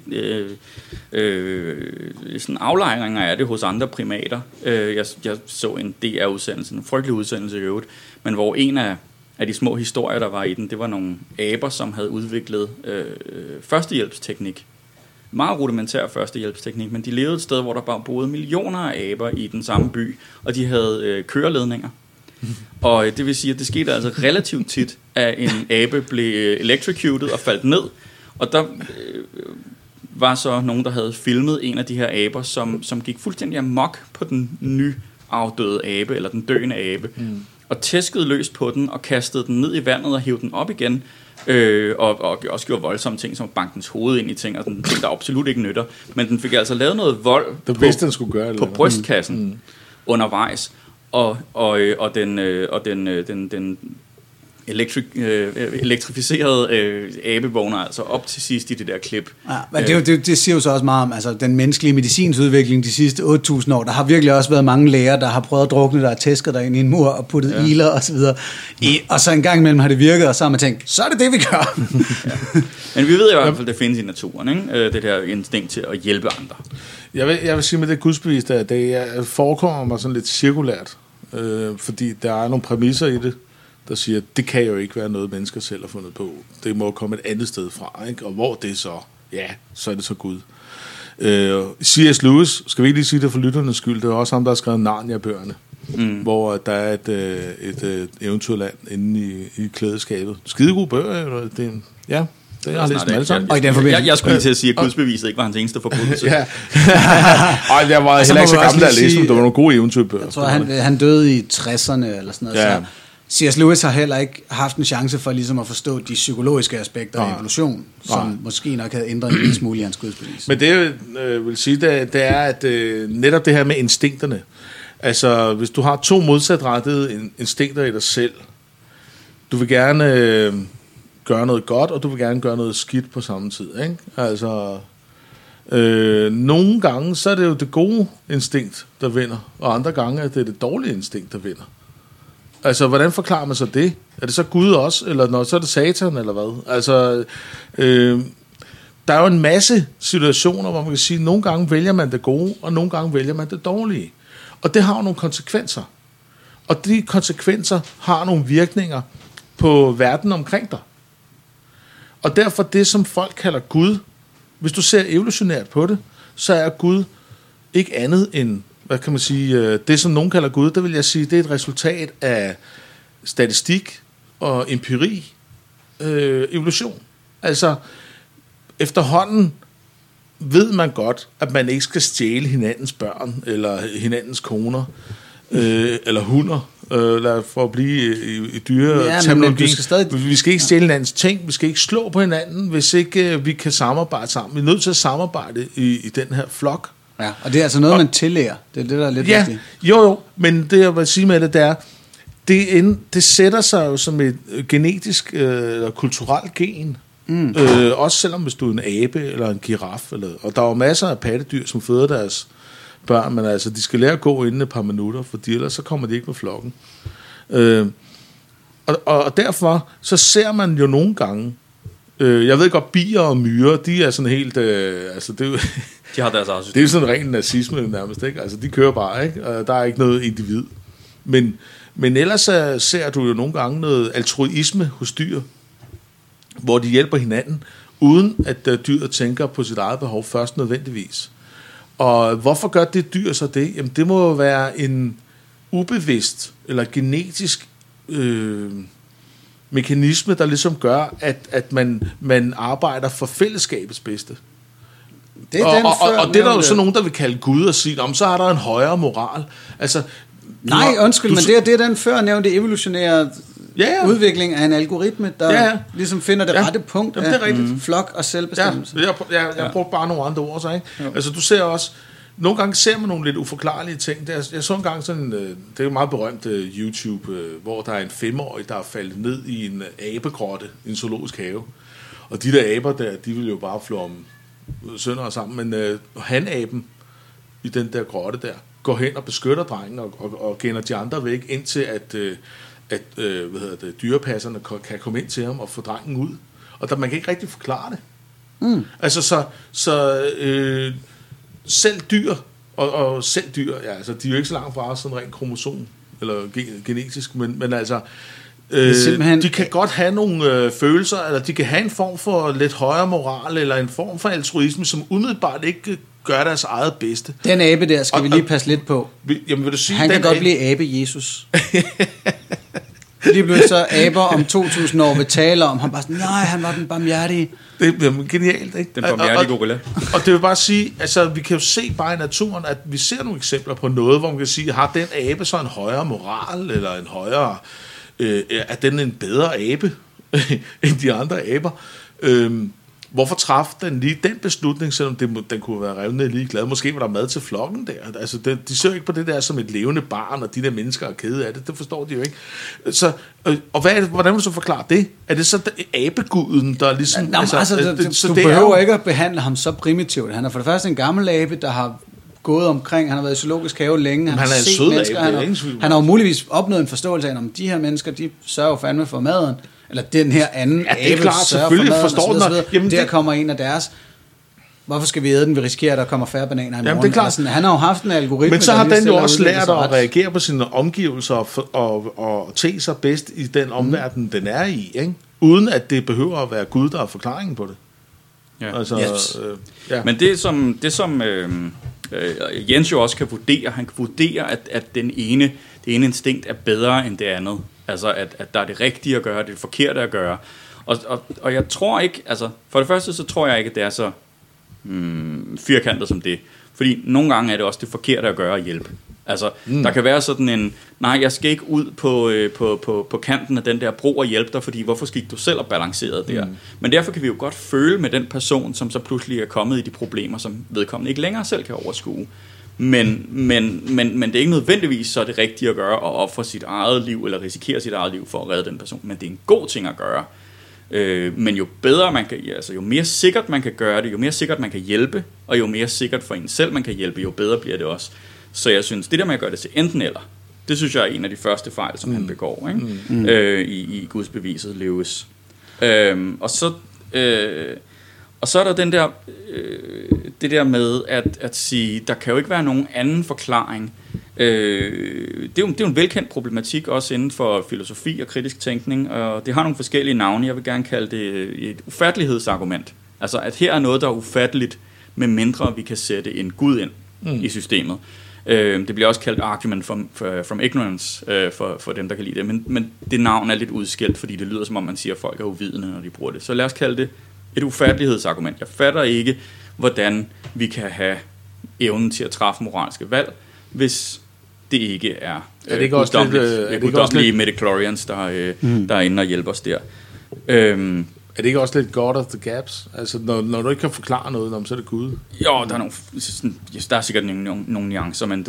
sådan aflejringer af det hos andre primater. Jeg så en DR-udsendelse, en frygtelig udsendelse i øvrigt, men hvor en af de små historier, der var i den, det var nogle aber, som havde udviklet førstehjælpsteknik. Meget rudimentær førstehjælpsteknik, men de levede et sted, hvor der bare boede millioner af aber i den samme by, og de havde køreledninger. Og det vil sige, at det skete altså relativt tit, at en abe blev electrocuted og faldt ned, og der var så nogen, der havde filmet en af de her aber, som gik fuldstændig amok på den nyafdøde abe, eller den døende abe, og tæskede løs på den, og kastede den ned i vandet og hævde den op igen, og også gjorde voldsomme ting, som banke dens hoved ind i ting, og ting, der absolut ikke nytter. Men den fik altså lavet noget vold på brystkassen undervejs, og den elektrificerede abe vågner altså op til sidst i det der klip. Ja, men det siger jo så også meget om altså, den menneskelige medicins udvikling de sidste 8.000 år. Der har virkelig også været mange læger, der har prøvet at drukne der og tæsket der ind i en mur og puttet iler og så videre. Og så en gang imellem har det virket, og så har man tænkt, så er det vi gør. Men vi ved i hvert fald, det findes i naturen, ikke? Det der instinkt til at hjælpe andre. Jeg vil sige med det gudsbevis, at det forekommer mig sådan lidt cirkulært, fordi der er nogle præmisser i det, der siger, at det kan jo ikke være noget, mennesker selv har fundet på. Det må komme et andet sted fra, ikke? Og hvor det så, så er det så Gud. C.S. Lewis, skal vi ikke lige sige det for lytternes skyld, det er også ham, der har skrevet Narnia-bøgerne, hvor der er et eventyrland inde i klædeskabet. Skidegode bøger, det jeg har læst dem alle sammen. Jeg skulle lige til at sige, at gudsbeviset ikke var hans eneste forbrydelse. Ja. Ej, jeg var heller ikke så gammel, at læse dem. Der var nogle gode eventyrbøger. Jeg tror, han døde i 60'erne eller sådan noget. Ja. Så C.S. Lewis har heller ikke haft en chance for ligesom at forstå de psykologiske aspekter af evolution, som måske nok havde ændret en lille smule i hans gudsbevis. Men det jeg vil sige, det er, at netop det her med instinkterne. Altså, hvis du har to modsatrettede instinkter i dig selv, du vil gerne gøre noget godt, og du vil gerne gøre noget skidt på samme tid, ikke? Altså, nogle gange, så er det jo det gode instinkt, der vinder, og andre gange er det dårlige instinkt, der vinder. Altså, hvordan forklarer man så det? Er det så Gud også, eller så er det Satan, eller hvad? Altså, der er jo en masse situationer, hvor man kan sige, at nogle gange vælger man det gode, og nogle gange vælger man det dårlige. Og det har jo nogle konsekvenser. Og de konsekvenser har nogle virkninger på verden omkring dig. Og derfor det, som folk kalder Gud, hvis du ser evolutionært på det, så er Gud ikke andet end, hvad kan man sige, det som nogen kalder Gud, det vil jeg sige, det er et resultat af statistik og empiri, evolution. Altså, efterhånden ved man godt, at man ikke skal stjæle hinandens børn, eller hinandens koner, eller hunder, for at blive i dyreterminologi. Vi skal ikke stjæle hinandens ting, vi skal ikke slå på hinanden, hvis ikke vi kan samarbejde sammen. Vi er nødt til at samarbejde i den her flok. Ja, og det er altså noget, man tillærer. Det er det, der er lidt vigtigt. Jo, men det jeg vil sige med det er, det sætter sig jo som et genetisk eller kulturelt gen. Også selvom hvis du er en abe eller en giraf. Og der er jo masser af pattedyr, som føder deres børn, men altså, de skal lære at gå inden et par minutter, for ellers så kommer de ikke med flokken. Og derfor, så ser man jo nogle gange, jeg ved godt, bier og myrer, de er sådan helt, altså det er jo, de har deres eget system. Det er jo sådan ren nazisme nærmest, ikke? Altså, de kører bare, ikke? Der er ikke noget individ. Men ellers ser du jo nogle gange noget altruisme hos dyr, hvor de hjælper hinanden, uden at dyret tænker på sit eget behov først nødvendigvis. Og hvorfor gør det dyr så det? Jamen, det må jo være en ubevidst eller genetisk mekanisme, der ligesom gør, at man arbejder for fællesskabets bedste. Det er og det er der jo så nogen, der vil kalde Gud og sige, så er der en højere moral. Altså, men det er den før nævnte evolutionære udvikling af en algoritme, der ligesom finder det rette punkt af flok og selvbestemmelse. Jeg bruger bare nogle andre ord så, ikke? Altså, du ser også, nogle gange ser man nogle lidt uforklarlige ting. Jeg så en gang sådan, det er jo meget berømt YouTube, hvor der er en 5-årig, der er faldet ned i en abegrotte i en zoologisk have. Og de der aber der, de vil jo bare flå om sønder sammen, men hanaben i den der grotte der, går hen og beskytter drengen og gener de andre væk, indtil at dyrepasserne kan komme ind til ham og få drengen ud. Og man kan ikke rigtig forklare det. Altså selv dyr, og selv dyr, altså de er jo ikke så langt fra os sådan rent kromosom, eller genetisk, men altså, de kan godt have nogle følelser, eller de kan have en form for lidt højere moral, eller en form for altruisme, som umiddelbart ikke gør deres eget bedste. Den abe der skal vi lige passe lidt på. Jamen, vil du sige, han kan godt blive abe Jesus. Lige pludselig så aber om 2000 år vil tale om ham bare sådan, nej, han var den barmhjertige. Det bliver genialt, ikke? Den barmhjertige gorilla. Og det vil bare sige, altså vi kan jo se bare i naturen, at vi ser nogle eksempler på noget, hvor man kan sige, har den abe så en højere moral, eller en højere, er den en bedre abe end de andre aber? Hvorfor træffede den lige den beslutning, selvom den kunne være revnende ligeglad? Måske var der mad til flokken der. Altså, de ser jo ikke på det der som et levende barn, og de der mennesker er kede af det. Det forstår de jo ikke. Så, og hvordan vil du så forklare det? Er det så abeguden, der ligesom... Du behøver ikke at behandle ham så primitivt. Han er for det første en gammel abe, der har gået omkring, han har været i zoologisk have længe, han er en set mennesker, han har jo muligvis opnået en forståelse af, om de her mennesker, de sørger fandme for maden, eller den her anden abe sørger for maden, og så videre. Der kommer en af deres. Hvorfor skal vi æde den? Vi risikerer, at der kommer færre bananer i morgen. Jamen, det er klart. Sådan, han har jo haft en algoritme. Men så har den jo også lært at reagere på sine omgivelser og te sig bedst i den omverden, den er i, ikke? Uden at det behøver at være Gud, der er forklaringen på det. Ja. Altså, yes. Men det som Jens jo også kan vurdere, han kan vurdere, at det ene instinkt er bedre end det andet. Altså, at der er det rigtige at gøre, det forkerte at gøre. Og jeg tror ikke, altså, for det første, så tror jeg ikke, at det er så firkantet som det. Fordi nogle gange er det også det forkerte at gøre at hjælpe. Altså, der kan være sådan en, nej, jeg skal ikke ud på kanten af den der bro og hjælpe dig, fordi hvorfor skal du selv og balanceret der? Men derfor kan vi jo godt føle med den person, som så pludselig er kommet i de problemer, som vedkommende ikke længere selv kan overskue. Men det er ikke nødvendigvis så det rigtige at gøre, at ofre sit eget liv, eller risikere sit eget liv for at redde den person. Men det er en god ting at gøre. Men jo bedre man kan, altså jo mere sikkert man kan gøre det, jo mere sikkert man kan hjælpe, og jo mere sikkert for en selv man kan hjælpe, jo bedre bliver det også. Så jeg synes, det der med at gøre det til enten eller, det synes jeg er en af de første fejl, som han begår, ikke? I Guds beviset Lewis. Og så er der den der, det der med at sige, der kan jo ikke være nogen anden forklaring. Det er jo en velkendt problematik også inden for filosofi og kritisk tænkning, og det har nogle forskellige navne. Jeg vil gerne kalde det et ufattelighedsargument. Altså at her er noget, der er ufatteligt, med mindre vi kan sætte en Gud ind i systemet. Det bliver også kaldt argument from ignorance for dem, der kan lide det. Men det navn er lidt udskilt, fordi det lyder som om man siger, at folk er uvidende, når de bruger det. Så lad os kalde det et ufattelighedsargument. Jeg fatter ikke, hvordan vi kan have evnen til at træffe moralske valg, hvis det ikke er guddommelige midichlorians, der er inde og hjælper os der. Er det ikke også lidt God of the gaps? Altså, når du ikke kan forklare noget, så er det Gud? Jo, der er sikkert nogle nuancer, men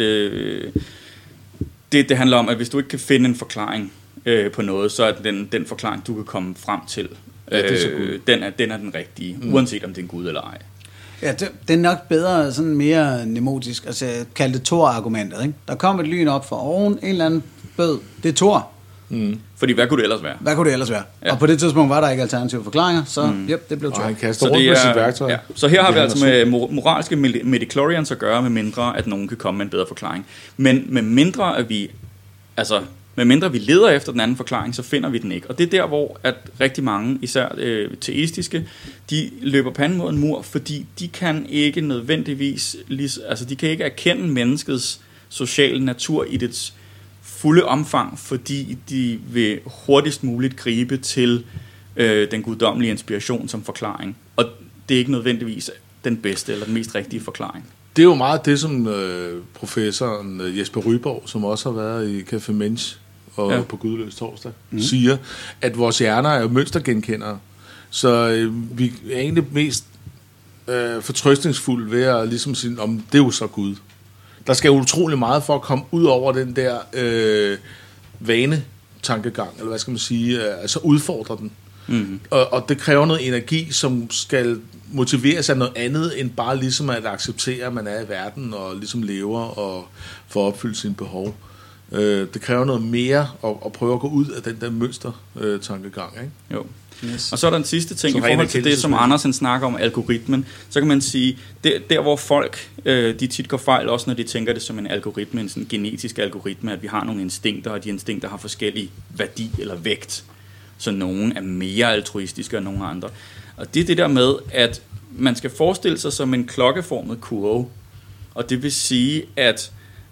det handler om, at hvis du ikke kan finde en forklaring på noget, så er den forklaring, du kan komme frem til, den er den rigtige, uanset om det er en Gud eller ej. Ja, det er nok bedre, sådan mere nemotisk, altså kalde det Thor-argumentet, ikke? Der kom et lyn op fra oven, en eller anden bød, det er Thor. Fordi hvad kunne det ellers være? Ja. Og på det tidspunkt var der ikke alternative forklaringer, så det blev Thor. Han kaster rundt med sit værktøj. Ja. Så her har vi altså med moralske midichlorians at gøre, med mindre at nogen kan komme med en bedre forklaring. Men med mindre vi leder efter den anden forklaring, så finder vi den ikke. Og det er der, hvor at rigtig mange, især teistiske, de løber panden mod en mur, fordi de kan ikke nødvendigvis, altså de kan ikke erkende menneskets sociale natur i dets fulde omfang, fordi de vil hurtigst muligt gribe til den guddommelige inspiration som forklaring. Og det er ikke nødvendigvis den bedste eller den mest rigtige forklaring. Det er jo meget det, som professoren Jesper Ryborg, som også har været i Café Mensch og på Gudløs torsdag, siger, at vores hjerner er jo mønstergenkendere. Så vi er egentlig mest fortrøstningsfulde ved at ligesom sige, om det er jo så Gud. Der skal jo utrolig meget for at komme ud over den der vanetankegang, eller hvad skal man sige, altså udfordre den. Mm-hmm. Og det kræver noget energi, som skal motiveres af noget andet, end bare ligesom at acceptere, at man er i verden, og ligesom lever og får opfyldt sine behov. Det kræver noget mere at prøve at gå ud af den der mønster-tankegang, ikke? Jo. Yes. Og så er der en sidste ting i forhold til det, som Andersen snakker om, algoritmen. Så kan man sige, der hvor folk de tit går fejl, også når de tænker det som en algoritme, en sådan genetisk algoritme, at vi har nogle instinkter, og de instinkter har forskellige værdi eller vægt. Så nogle er mere altruistiske end nogle andre. Og det er det der med, at man skal forestille sig som en klokkeformet kurve. Og det vil sige, at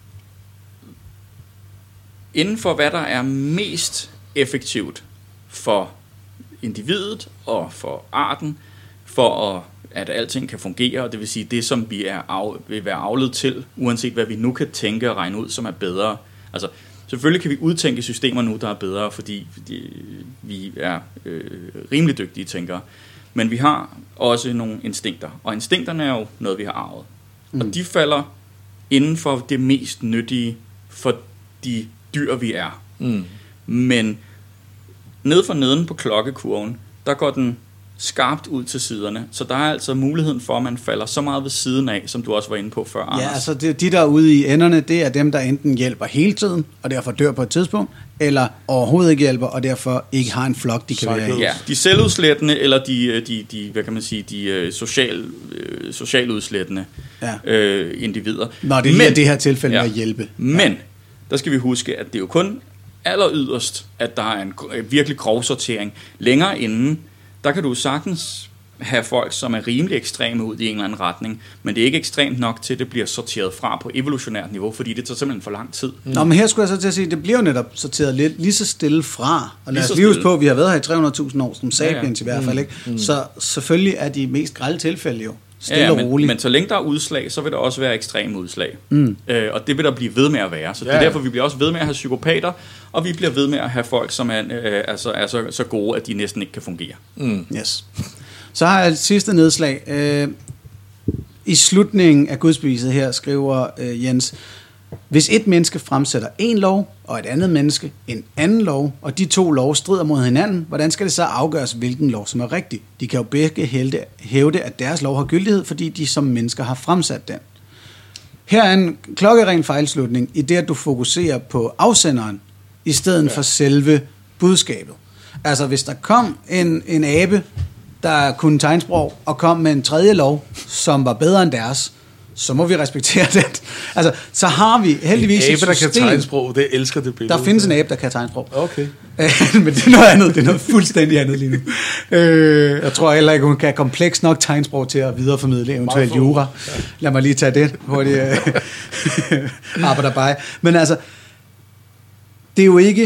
inden for hvad der er mest effektivt for individet og for arten, for at alting kan fungere, og det vil sige det, som vi vil være avlet til, uanset hvad vi nu kan tænke og regne ud, som er bedre. Altså, selvfølgelig kan vi udtænke systemer nu, der er bedre, fordi vi er rimelig dygtige tænkere, men vi har også nogle instinkter, og instinkterne er jo noget, vi har arvet. Og de falder inden for det mest nyttige for de dyr, vi er. Men ned for neden på klokkekurven, der går den skarpt ud til siderne. Så der er altså muligheden for, at man falder så meget ved siden af, som du også var inde på før, Anders. Ja, altså de der ude i enderne, det er dem, der enten hjælper hele tiden, og derfor dør på et tidspunkt, eller overhovedet ikke hjælper, og derfor ikke har en flok, de kan være i. Ja, de selvudslættende, eller de hvad kan man sige, de socialudslættende individer. Nå, det er det her tilfælde med at hjælpe. Men, der skal vi huske, at det er jo kun alleryderst, at der er en virkelig grov sortering. Længere inden, der kan du sagtens have folk, som er rimelig ekstreme ud i en eller anden retning, men det er ikke ekstremt nok til, at det bliver sorteret fra på evolutionært niveau, fordi det tager simpelthen for lang tid. Nå, men her skulle jeg så til at sige, at det bliver jo netop sorteret lidt lige så stille fra. Og lad os lige huske på, at vi har været her i 300.000 år, som sapiens i hvert fald, ikke? Så selvfølgelig er de mest grelle tilfælde jo stille og roligt. Men så længe der er udslag, så vil der også være ekstreme udslag. Og det vil der blive ved med at være. Så det er derfor, vi bliver også ved med at have psykopater, og vi bliver ved med at have folk, som er så gode, at de næsten ikke kan fungere. Yes. Så har jeg et sidste nedslag. I slutningen af Gudsbeviset her skriver Jens, hvis et menneske fremsætter en lov, og et andet menneske en anden lov, og de to love strider mod hinanden, hvordan skal det så afgøres, hvilken lov som er rigtig? De kan jo begge hævde, at deres lov har gyldighed, fordi de som mennesker har fremsat den. Her er en klokkeren fejlslutning i det, at du fokuserer på afsenderen, i stedet for selve budskabet. Altså, hvis der kom en abe, der kunne tegnsprog, og kom med en tredje lov, som var bedre end deres, så må vi respektere det. Altså, så har vi heldigvis en abe, der kan tegnsprog, det elsker det billede. Der findes en abe, der kan tegnsprog. Okay. Men det er noget andet, det er noget fuldstændig andet lige nu. Jeg tror heller ikke, hun kan kompleks nok tegnsprog til at videreformidle eventuelt jura. Lad mig lige tage det hurtigt. Arbejder bare. Men altså, det er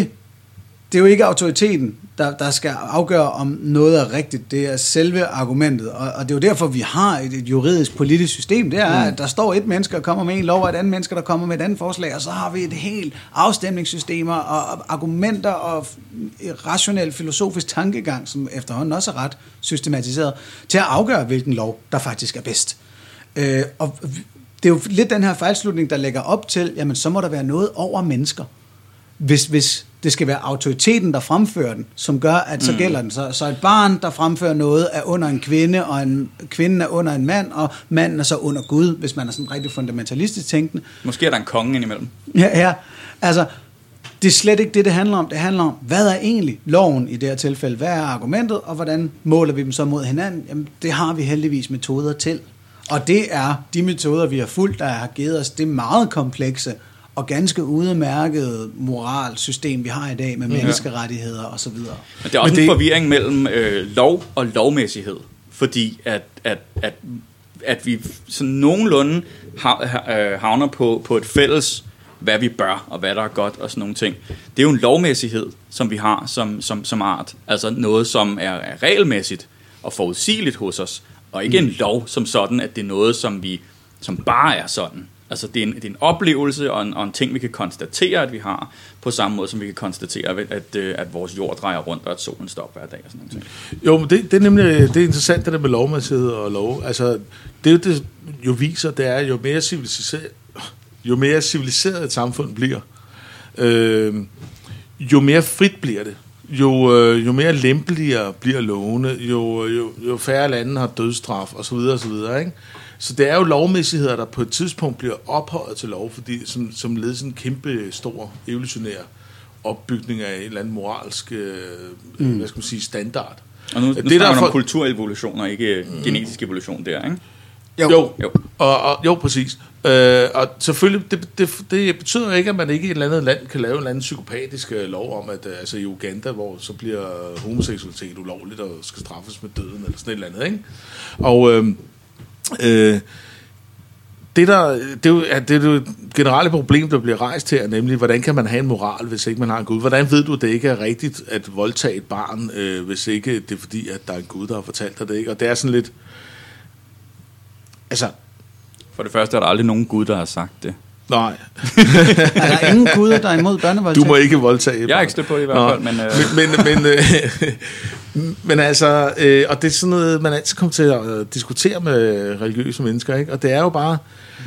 jo ikke autoriteten, der skal afgøre, om noget er rigtigt. Det er selve argumentet. Og det er jo derfor, vi har et juridisk politisk system. Det er, at der står et menneske, der kommer med en lov, og et andet menneske, der kommer med et andet forslag, og så har vi et helt afstemningssystemer og argumenter og rationel filosofisk tankegang, som efterhånden også er ret systematiseret, til at afgøre, hvilken lov, der faktisk er bedst. Og det er jo lidt den her fejlslutning, der lægger op til, jamen så må der være noget over mennesker. Hvis det skal være autoriteten, der fremfører den, som gør, at så gælder den. Så et barn, der fremfører noget, er under en kvinde, og en kvinde er under en mand, og manden er så under Gud, hvis man er sådan rigtig fundamentalistisk tænkende. Måske er der en konge indimellem. Ja, altså, det er slet ikke det handler om. Det handler om, hvad er egentlig loven i det her tilfælde? Hvad er argumentet, og hvordan måler vi dem så mod hinanden? Jamen, det har vi heldigvis metoder til. Og det er de metoder, vi har fulgt, der har givet os det meget komplekse og ganske udmærket moralsystem, vi har i dag med menneskerettigheder og så videre. Men det er også en forvirring mellem lov og lovmæssighed, fordi at vi sådan nogenlunde havner på et fælles hvad vi bør, og hvad der er godt, og sådan nogle ting. Det er jo en lovmæssighed, som vi har som art. Altså noget, som er regelmæssigt og forudsigeligt hos os, og ikke en lov som sådan, at det er noget, som bare er sådan. Altså det er en oplevelse og en ting, vi kan konstatere, at vi har, på samme måde som vi kan konstatere, at vores jord drejer rundt, og at solen stopper hver dag og sådan noget. Jo, men det er nemlig det er interessant, det der med lovmæssighed og lov. Altså, det er jo det jo viser, det er, jo mere civiliseret et samfund bliver, jo mere frit bliver det. Jo mere lempeligere bliver lovene, jo færre lande har dødsstraf, og så videre, ikke? Så det er jo lovmæssigheder, der på et tidspunkt bliver ophøjet til lov, fordi som led sådan en kæmpe stor evolutionær opbygning af en eller anden moralsk hvad skal man sige, standard. Og nu snakker man om kulturevolution og ikke genetisk evolution der, ikke? Jo, præcis. Og selvfølgelig, det betyder ikke, at man ikke i et eller andet land kan lave en eller anden psykopatisk lov om, at altså i Uganda, hvor så bliver homoseksualitet ulovligt og skal straffes med døden, eller sådan et eller andet, ikke? Og det er jo et generelle problem, der bliver rejst her, nemlig, hvordan kan man have en moral, hvis ikke man har en Gud? Hvordan ved du, at det ikke er rigtigt at voldtage et barn, hvis ikke det er fordi, at der er en Gud, der har fortalt dig det, ikke? Og det er sådan lidt... Altså... For det første er der aldrig nogen Gud, der har sagt det. Nej. Er der ingen guder, der er imod børnevoldtægt? Du må ikke voldtage et barn. Jeg er ikke stødt på det i hvert fald, men altså, og det er sådan noget, man altid kommer til at diskutere med religiøse mennesker, ikke? Og det er jo bare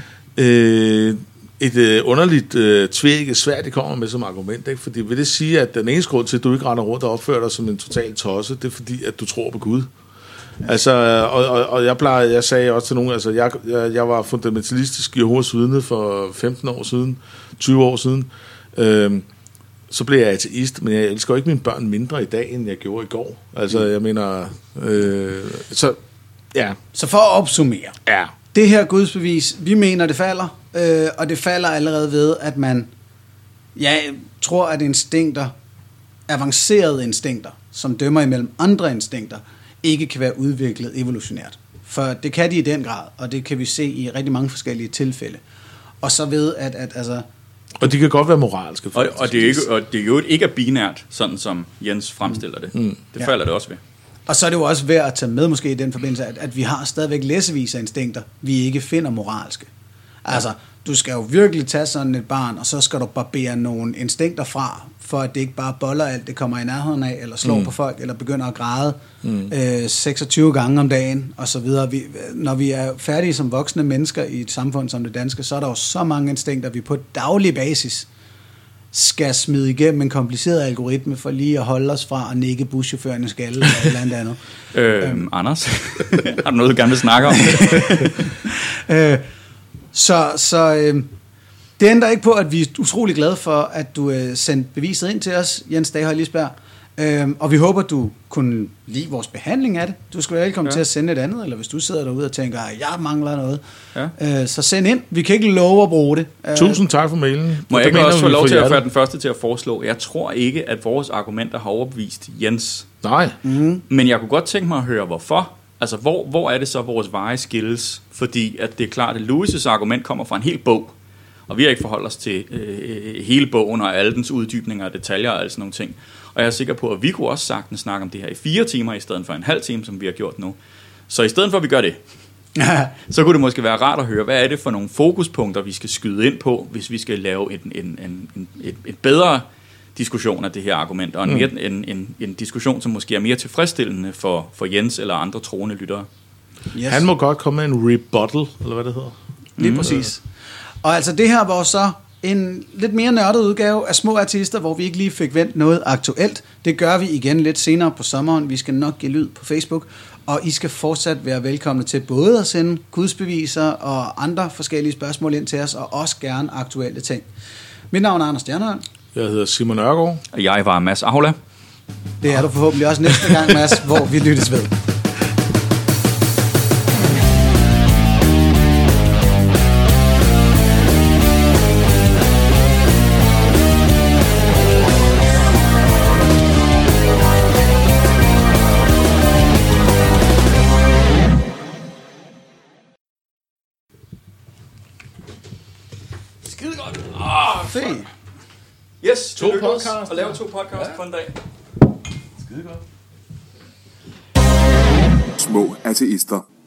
et underligt tvækket svært, det kommer med som argument, ikke? Fordi vil det sige, at den eneste grund til, at du ikke render rundt og opfører dig som en total tosse, det er fordi, at du tror på Gud. Altså, og jeg sagde også til nogen, altså, jeg var fundamentalistisk Jehovas vidne for 15 år siden, 20 år siden. Så blev jeg ateist, men jeg elsker ikke mine børn mindre i dag, end jeg gjorde i går. Altså, jeg mener... Så, ja. Så for at opsummere. Ja. Det her gudsbevis, vi mener, det falder. Og det falder allerede ved, at man... Jeg tror, at instinkter, avancerede instinkter, som dømmer imellem andre instinkter, ikke kan være udviklet evolutionært. For det kan de i den grad, og det kan vi se i rigtig mange forskellige tilfælde. Og så ved, at altså... Og de kan godt være moralske. Og det er jo ikke er binært, sådan som Jens fremstiller det. Det falder det også ved. Og så er det jo også værd at tage med måske i den forbindelse, at vi har stadigvæk læsevis af instinkter, vi ikke finder moralske. Altså, du skal jo virkelig tage sådan et barn, og så skal du barbere nogle instinkter fra, for at det ikke bare boller alt, det kommer i nærheden af, eller slår på folk, eller begynder at græde 26 gange om dagen, og så videre. Når vi er færdige som voksne mennesker i et samfund som det danske, så er der jo så mange instinkter, vi på daglig basis skal smide igennem en kompliceret algoritme for lige at holde os fra at nikke buschaufføren i skallen eller andet. Anders, har du noget, du gerne vil snakke om? Så det ændrer ikke på, at vi er utrolig glade for, at du sendte beviset ind til os, Jens Daghøj Lisberg. Og vi håber, du kunne lide vores behandling af det. Du skal være velkommen til at sende et andet, eller hvis du sidder derude og tænker, at jeg mangler noget, så send ind. Vi kan ikke love at bruge det. Tusind tak for mailen. Må jeg ikke også få lov til at være den første til at foreslå? Jeg tror ikke, at vores argumenter har overbevist Jens. Nej. Men jeg kunne godt tænke mig at høre, hvorfor. Altså, hvor er det så, vores veje skilles? Fordi at det er klart, at Lewis' argument kommer fra en hel bog, og vi har ikke forholdt os til hele bogen og alle dens uddybninger og detaljer og alle sådan nogle ting. Og jeg er sikker på, at vi kunne også sagtens snakke om det her i 4 timer, i stedet for en halv time, som vi har gjort nu. Så i stedet for, at vi gør det, så kunne det måske være rart at høre, hvad er det for nogle fokuspunkter, vi skal skyde ind på, hvis vi skal lave et bedre diskussion af det her argument, og en diskussion, som måske er mere tilfredsstillende for Jens eller andre troende lyttere. Yes. Han må godt komme med en rebuttal, eller hvad det hedder. Lige præcis. Og altså det her var så en lidt mere nørdet udgave af Små Artister, hvor vi ikke lige fik vendt noget aktuelt. Det gør vi igen lidt senere på sommeren. Vi skal nok give lyd på Facebook, og I skal fortsat være velkomne til både at sende gudsbeviser og andre forskellige spørgsmål ind til os, og også gerne aktuelle ting. Mit navn er Anders Stjernholm. Jeg hedder Simon Nørgaard. Og jeg var Mads Aula. Det er du forhåbentlig også næste gang, Mads, hvor vi lyttes ved. Skide godt. Fedt. Yes, To det lykkedes podcasts. at lave 2 podcasts på en dag. Skide godt. Små ateister.